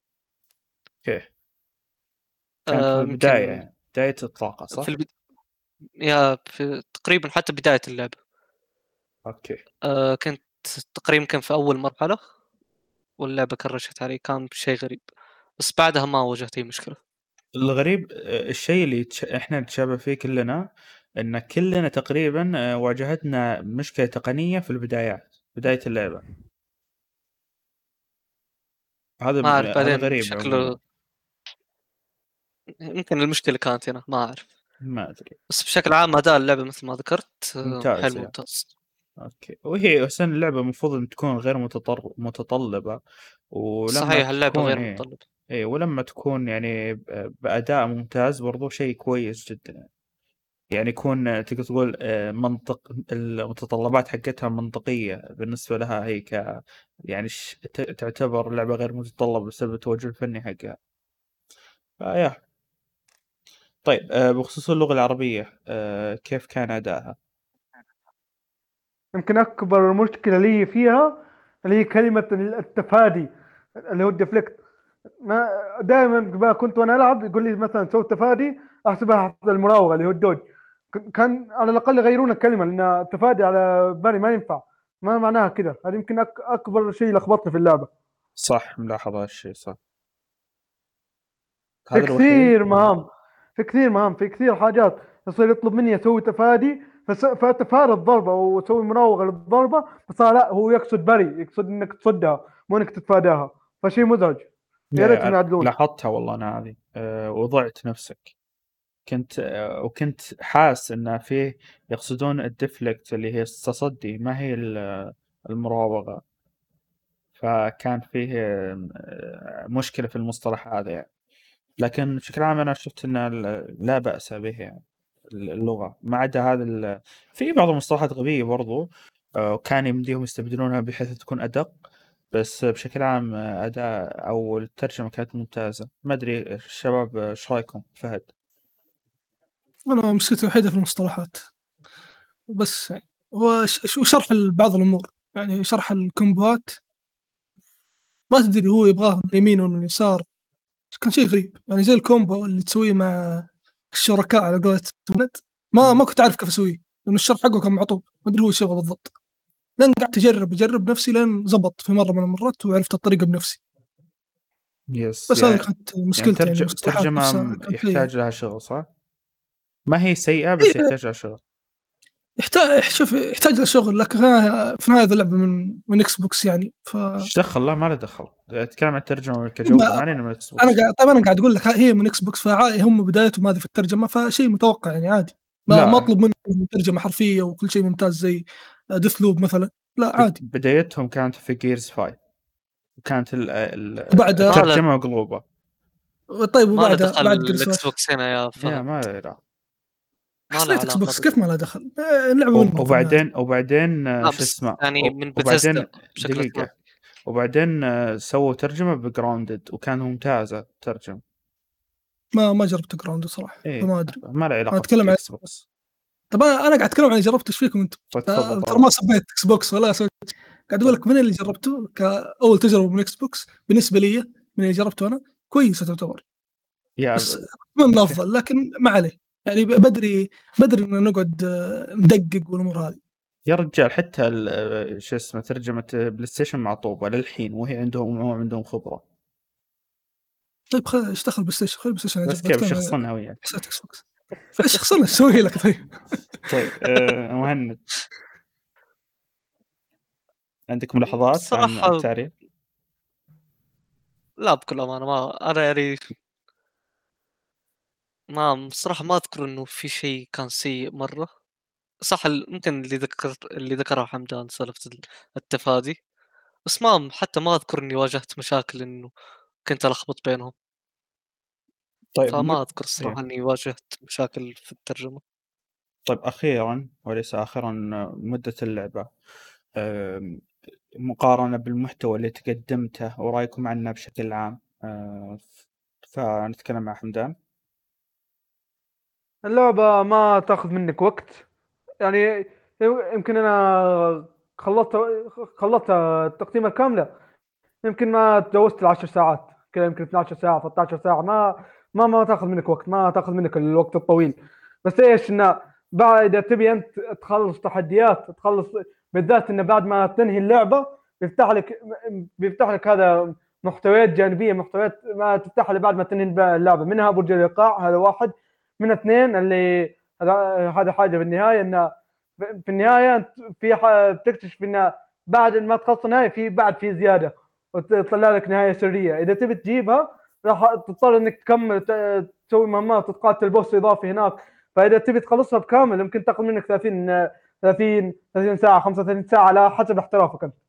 اوكي كانت في آه، البداية يمكن يعني بداية الطاقة صح؟ في البد... يا في تقريبا حتى بداية اللعبة. اوكي. آه، كنت تقريبا كان في أول مرحلة واللعبة كرشت علي كان شيء غريب. بس بعدها ما واجهت أي مشكلة. الغريب آه، الشيء اللي تش... احنا نتشابه فيه كلنا ان كلنا تقريبا آه، واجهتنا مشكلة تقنية في البدايات بداية اللعبة. هذا ما أعرف هذا بعدين غريب عموما. شكله يمكن المشكلة كانت هنا ما أعرف. ما ادري. بس بشكل عام أداء اللعبة مثل ما ذكرت آه، حيل ممتاز يعني. ممتاز. اوكي وهي احسن اللعبة المفروض ان تكون غير متطر... متطلبة ولما صحيح اللعبة تكون غير ايه متطلبة. ايه ولما تكون يعني ب- بأداء ممتاز برضو شيء كويس جدا يعني. يعني يكون تقدر تقول آه، منطق المتطلبات حقتها منطقية بالنسبة لها هي ك يعني ش... ت- تعتبر لعبة غير متطلبة بسبب التوجه الفني حقها. فيا طيب آه، بخصوص اللغة العربية آه، كيف كان أدائها؟ يمكن اكبر مشكله لي فيها اللي هي كلمه التفادي اللي هو الديفليكت. ما دائما كنت وانا العب يقول لي مثلا سوي تفادي احسبها المراوغه اللي هو الدوج. ك- كان على الاقل يغيرون الكلمه لان التفادي على بالي ما ينفع. ما معناها كذا؟ هذا يمكن أك اكبر شيء لخبطني في اللعبه. صح، ملاحظ هذا الشيء صح. في هذا الوحيد. كثير مهام في كثير مهام في كثير حاجات يصير يطلب مني اسوي تفادي فس- فاتفادى الضربه واسوي مراوغه للضربه، بس لا هو يقصد بري، يقصد انك تصدها مو انك تتفاداها، فشيء مزعج. يا ريتهم يا يعدلون. لاحظتها والله أنا هذه أه وضعت نفسك. كنت أه وكنت حاس إن فيه يقصدون الديفلكت اللي هي التصدي ما هي ال- المراوغة. فكان فيه أه مشكلة في المصطلح هذا يعني. لكن بشكل عام أنا شفت إن ال- لا بأس به يعني اللغة ما عدا هذا ال... في بعض المصطلحات غبية برضو أه كان يمديهم يستبدلونها بحيث تكون أدق. بس بشكل عام آه، أداء أو الترجمة كانت ممتازة. ما أدري الشباب آه، إيش رأيكم فهد؟ انا مشكلتي الوحيده في المصطلحات بس يعني. هو ش- ش- وشرح بعض الامور، يعني شرح الكومبوات ما تدري هو يبغاه من اليمين ولا من اليسار. كان شيء غريب يعني زي الكومبو اللي تسويه مع الشركاء على قولة ند. ما مم. ما كنت عارف كيف اسويه لأن الشرح حقه كان معطوب، ما ادري هو ايش يبغى بالضبط. لين قعدت اجرب اجرب نفسي لين زبط في مره من المرات وعرفت الطريقه بنفسي. يس بس هذه يعني كانت يعني مشكلتي، يعني ترج... المصطلحات ترجمة نفسها م- كانت سيئه. يحتاج لها شغل صح؟ ما هي سيئة بس إيه، يحتاج لها شغل. يحتاج شوف يحتاج له شغل، لكن أنا في النهايه هذه اللعبه من من اكس بوكس يعني ف إيش دخل؟ لا ما له دخل. أتكلم عن الترجمة كجودة ما ما علينا من الإكس انا بوكس. قاعد طيب انا قاعد اقول لك هي من اكس بوكس فهم بدايتهم هذه في الترجمه فشيء متوقع يعني عادي. ما ما لا اطلب منه ترجمه حرفيه وكل شيء ممتاز زي ديث لوب مثلا، لا ب... عادي. بدايتهم كانت في جيرز فايف وكانت ال... ال... وبعدها ما له الترجمة مقلوبة. طيب ما له وبعدها دخل بعد جيرس الاكس فايف بوكس هنا يا يا فهد. ما لا. ما له حصرية اكس علاقة بوكس ابدا. كيف ما لها دخل؟ آه، اللعبه وب- منه في النهايه. وبعدين وبعدين آه، لا شو بس اسمه يعني و- من وبعدين بثيسدا بشكل عام. دقيقة. وبعدين آه، سووا ترجمة بجراوندد وكان ممتازة ترجم. ما ما جربت جراوند صراحه ايه فما ادري. ما له انا علاقة اتكلم عن بالاكس بوكس. طب انا أنا قاعد اتكلم عن اللي جربت. ايش فيكم انتم؟ طيب تفضل آه، ترى ما طبعا. سبيت اكس بوكس ولا سويت. قاعد اقول طيب. لك من اللي جربته كاول تجربه من اكس بوكس بالنسبه لي، من اللي جربته انا كويسه تعتبر. يا بس من اوكي. الافضل لكن ما عليه. يعني بدري بدري ان نقعد آه، ندقق والامور هذه. يا رجال حتى ال- آه، شو اسمه ترجمة بلاي ستيشن معطوبة للحين وهي عندهم هم عندهم خبرة. طيب خل ايش دخل بلاي ستيشن؟ خلي بلاي ستيشن بس اجرب. كيف اتكلم عن شخصنها وياك. حساب اكس بوكس. ايش خسرنا ايش اسوي لك طيب؟ طيب آه، مهند عندك ملاحظات عن الصراحة التعريف؟ لا، بكل أمانة ما أنا يعني ما الصراحة ما أذكر إنه في شيء كان سيء مرة. صح ال- ممكن اللي ذكرت اللي ذكرها حمدان سالفة ال- التفادي. بس ما حتى ما أذكر إني واجهت مشاكل إنه كنت ألخبط بينهم. طيب فما مد... أذكر الصراحة إيه. إني واجهت مشاكل في الترجمة. طيب أخيرا وليس آخرا آه، مدة اللعبة آم، مقارنة بالمحتوى اللي تقدمته ورأيكم عنه بشكل عام. آه، فنتكلم مع حمدان. اللعبة ما تاخذ منك وقت يعني. يمكن انا خلصت خلصت التقديمة الكاملة يمكن ما تجاوزت العشر ساعات كذا، يمكن اثنا عشر ساعة ثلاثة عشر ساعة. ما ما ما تاخذ منك وقت، ما تاخذ منك الوقت الطويل. بس ايش انه بعد اذا تبي انت تخلص تحديات تخلص، بالذات انه بعد ما تنهي اللعبة بيفتح لك بيفتح لك هذا محتويات جانبية، محتويات ما تفتح لك بعد ما تنهي اللعبة. منها برج الايقاع، هذا واحد. من اثنين اللي هذا هذا حاجة بالنهاية انه في النهاية انت في ح- بتكتشف انه بعد ما تخلص النهاية في بعد في زيادة وتطلع لك نهايه سريه. اذا تبي تجيبها راح تضطر انك تكمل ت- تسوي مهمات وتقاتل بوس اضافي هناك. فاذا تبي تخلصها بكامل يمكن تاخذ منك ثلاثين ثلاثين ثلاثين ساعه خمسة وثلاثين ساعه على حسب احترافك انت.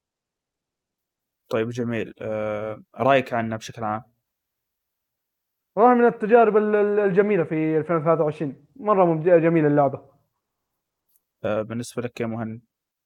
طيب جميل. آه، رأيك عنه بشكل عام؟ والله من التجارب ال- ال- الجميله في ألفين وثلاثة وعشرين، مره ممتعه جميله اللعبه. آه، بالنسبة لك يا مهند؟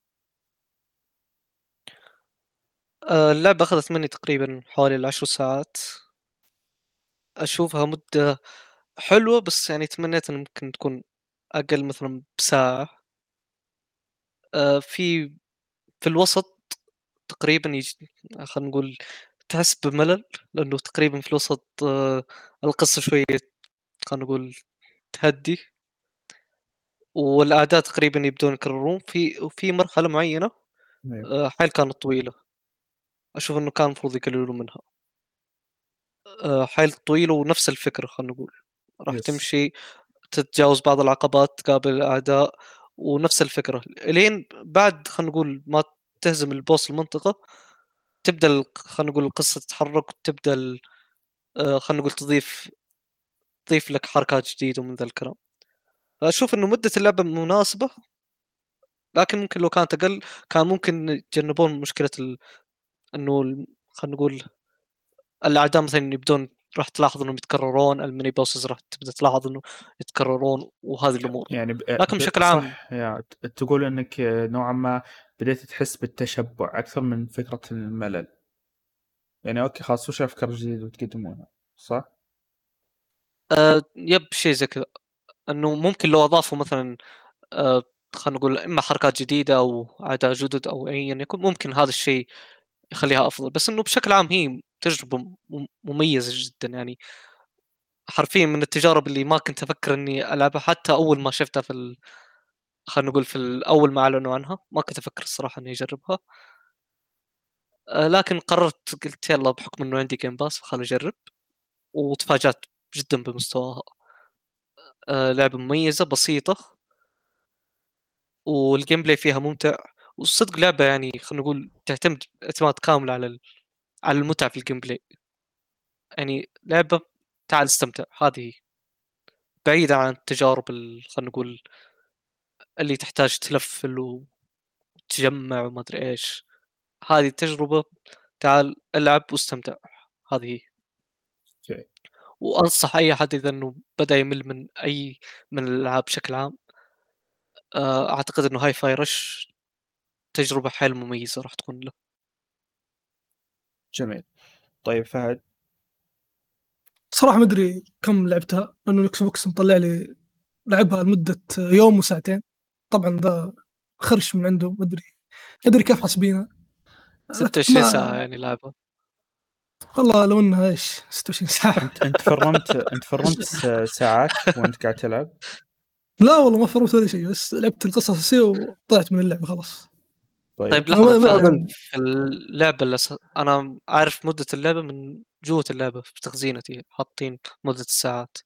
آه، اللعبة أخذت مني تقريبا حوالي العشر ساعات. أشوفها مدة حلوة، بس يعني تمنيت إن ممكن تكون أقل، مثلا بساعة. آه، في في الوسط تقريبا يجي، خلينا نقول، تحس بملل، لأنه تقريبا في الوسط آه، القصة شوية، خلينا نقول، تهدي، والأعداء تقريبا يبدون يكررون في وفي مرحلة معينة أيوه. آه، حيل كانت طويلة. أشوف إنه كان المفروض يقللوا منها. آه، حيل طويلة ونفس الفكرة، خلينا نقول، راح يس. تمشي تتجاوز بعض العقبات، تقابل الأعداء، ونفس الفكرة لين بعد، خلينا نقول، ما تهزم البوس المنطقة، تبدأ ال خلينا نقول القصة تتحرك، وتبدأ ال آآ خلينا نقول تضيف تضيف لك حركات جديدة ومن ذا الكلام. فأشوف إنه مدة اللعبة مناسبة، لكن ممكن لو كانت أقل كان ممكن يتجنبون مشكلة ال إنه ال خلينا نقول الأعداء مثلًا يبدون، راح تلاحظ إنهم يتكررون، الmini bosses راح تبدأ تلاحظ إنه يتكررون وهذه الأمور. يعني ب... لكن ب... بشكل عام صح، يا ت- تقول انك نوعا ما بديت تحس بالتشبع اكثر من فكرة الملل. يعني اوكي خلاص، وش افكار جديدة وتقدمونها؟ صح. آآ يب شيء زي كذا، إنه ممكن لو أضافوا مثلًا آآ خلينا نقول إما حركات جديدة أو أعداء جدد أو أيًا يكن، ممكن هذا الشيء يخلّيها أفضل. بس إنه بشكل عام هي تجربة م مميزة جدًا يعني، حرفيًا من التجارب اللي ما كنت أفكر إني ألعبها، حتى أول ما شفتها في ال خلينا نقول في ال أول ما أعلنوا عنها، ما كنت أفكر الصراحة إني أجربها. آآ لكن قررت، قلت يالّا بحكم إنه عندي Game Pass فخلّيني أجرب، وتفاجأت جدًا بمستواها. آآ لعبة مميزة، بسيطة، والجيم بلاي فيها ممتع، والصدق لعبة يعني خلينا نقول تعتمد اعتماد كامل على ال على المتعة في الجيم بلاي. يعني لعبة تعال استمتع، هذه هي. بعيدة عن التجارب ال خلينا نقول اللي تحتاج تلفل وتجمع وما أدري إيش. هذه التجربة، تعال العب واستمتع، هذه هي. اوكي. وأنصح أي أحد إذا إنه بدأ يمل من أي من الألعاب بشكل عام، آآ أعتقد إنه Hi-Fi Rush تجربة حيل مميزة راح تكون له. جميل. طيب فهد. صراحه ما ادري كم لعبتها، لانه الاكس بوكس مطلع لي لعبها لمده يوم وساعتين. طبعا ذا خرش من عنده، ما ادري ما ادري كيف حاسبينها. ستة لكن وعشرين ساعة ما يعني لعبة. والله لو انها ايش ستة وعشرين ساعه. انت انت فرمت انت فرمت س- ساعات وانت قاعد تلعب. لا والله ما فرمت ولا شيء، بس لعبت القصص الأساسية وطلعت من اللعبة خلاص. طيب. طيب أنا لحظة، ما في ما أقل. في اللعبة الأس أنا عارف مدة اللعبة من جوة اللعبة في تخزينتي حاطين مدة الساعات.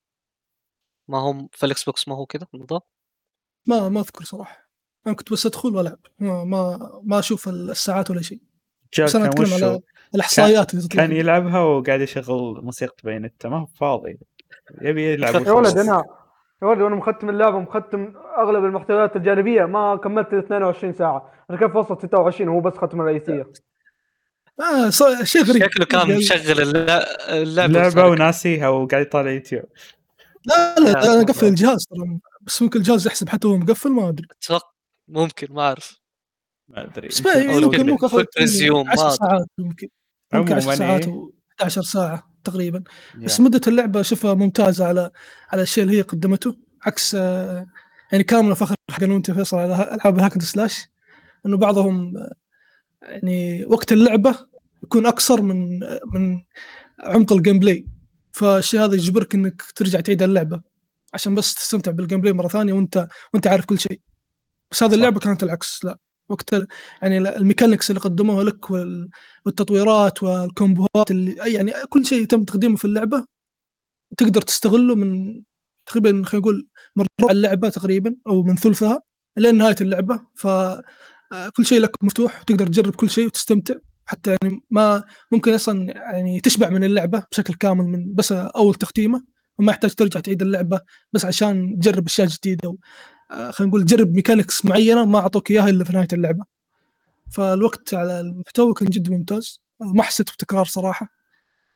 ما هم في الإكس بوكس ما هو كذا النظام؟ ما, ما أذكر صراحة. أنا كنت بس أدخل وألعب، ما ما ما أشوف الساعات ولا شيء. جال بس أنا كان أتكلم وشو؟ على كان الإحصائيات اللي تطلع كان لي. يلعبها وقاعد يشغل موسيقى بايونيتا، ما هو فاضي، يبي يلعب يا ولد وشو. انا يا ولد وانا مختم اللعبه، مختم اغلب المحتويات الجانبيه، ما كملت اثنين وعشرين ساعه. انا كيف وصلت ستة وعشرين وهو بس ختم الرئيسيه؟ آه ص- شيء غريب. شكله كان قال- مشغل اللع اللعبة لعبة وتاركها. وناسيها وقاعد يطالع يوتيوب. لا لا يا أنا أقفل الله، الجهاز ترى، بس ممكن الجهاز يحسب حتى هو مقفل، ما أدري. أتوقع ممكن، ما أعرف، ما ادري، بس ما يمكن أو يمكن يمكن مو توقيت. كفر كويك ريزيوم، عشر ما أدري. ساعات يمكن. ممكن عشر عموما ساعات ايه. أو إحدى عشرة ساعة تقريبا. بس يا مدة اللعبة أشوفها ممتازة على على الشيء اللي هي قدمته، عكس آه، يعني كامل فخر حق أنه أنت فيصل على ألعاب الهاك سلاش، إنه بعضهم آه، يعني وقت اللعبة يكون أقصر من آه، من عمق الجيم بلاي. فالشيء هذا يجبرك إنك ترجع تعيد اللعبة عشان بس تستمتع بالجيم بلاي مرة ثانية، وأنت وأنت عارف كل شيء. بس هذه صح. اللعبة كانت العكس، لا وقت ال- يعني الميكانكس اللي قدموها لك وال- والتطويرات والكومبوات اللي يعني كل شيء تم تقديمه في اللعبة تقدر تستغله من تقريبا، خلينا نقول، من ربع اللعبة تقريبا أو من ثلثها لين نهاية اللعبة. فكل شيء لك مفتوح وتقدر تجرب كل شيء وتستمتع. حتى يعني ما ممكن أصلا يعني تشبع من اللعبة بشكل كامل من بس أول تختيمة، وما يحتاج ترجع تعيد اللعبة بس عشان تجرب أشياء جديدة. آه، خلينا نقول جرب ميكانكس معينة ما أعطوك إياها إلا في نهاية اللعبة. فالوقت على المحتوى كان جدا ممتاز، ما حسيت بتكرار صراحة.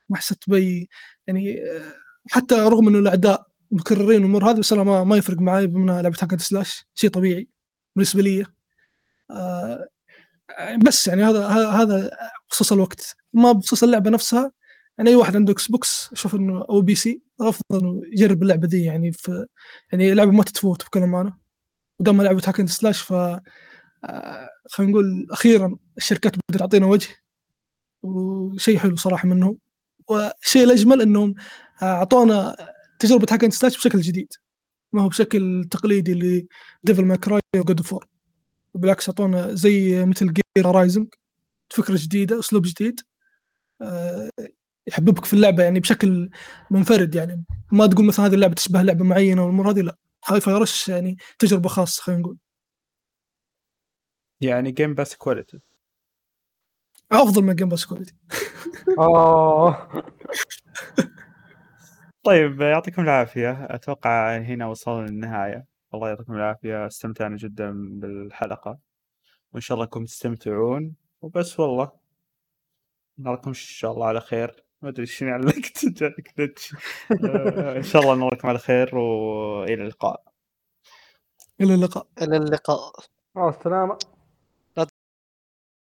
ما حسيت بي يعني آه، حتى رغم انه الاعداء مكررين الامور هذه، بس انا ما, ما يفرق معي بما لعبه هاكن سلاش شيء طبيعي بالنسبه لي. آه بس يعني هذا هذا بخصوص الوقت، ما بخصوص اللعبه نفسها. يعني اي واحد عنده اكس بوكس اشوف انه او بي سي افضل انه يجرب اللعبه دي، يعني في يعني لعبه ما تتفوت بكل امانه. ودام لعبه هاكن سلاش ف آه، خلينا نقول اخيرا الشركات بدات تعطينا وجه، وشيء حلو صراحه منهم. والشيء الاجمل انهم اعطونا تجربه هاكن سلاش بشكل جديد، ما هو بشكل تقليدي اللي ديفل ماي كراي وجود فور. بالعكس اعطونا زي مثل جير رايزنج، فكره جديده اسلوب جديد أه يحببك في اللعبه يعني بشكل منفرد. يعني ما تقول مثلا هذه اللعبه تشبه لعبه معينه والامور هذه، لا، هاي فايرش يعني تجربه خاصه خلينا نقول. يعني جيم باس كواليتي افضل من جيم باس كواليتي. اه طيب يعطيكم العافية، أتوقع هنا وصلنا للنهاية. الله يعطيكم العافية، استمتعنا جدا بالحلقة، وإن شاء الله انكم تستمتعون وبس. والله نراكم إن شاء الله على خير. ما أدري شنو علقت جاك نتش. آه، إن شاء الله نراكم على خير وإلى اللقاء. الى اللقاء. الى اللقاء. السلامة.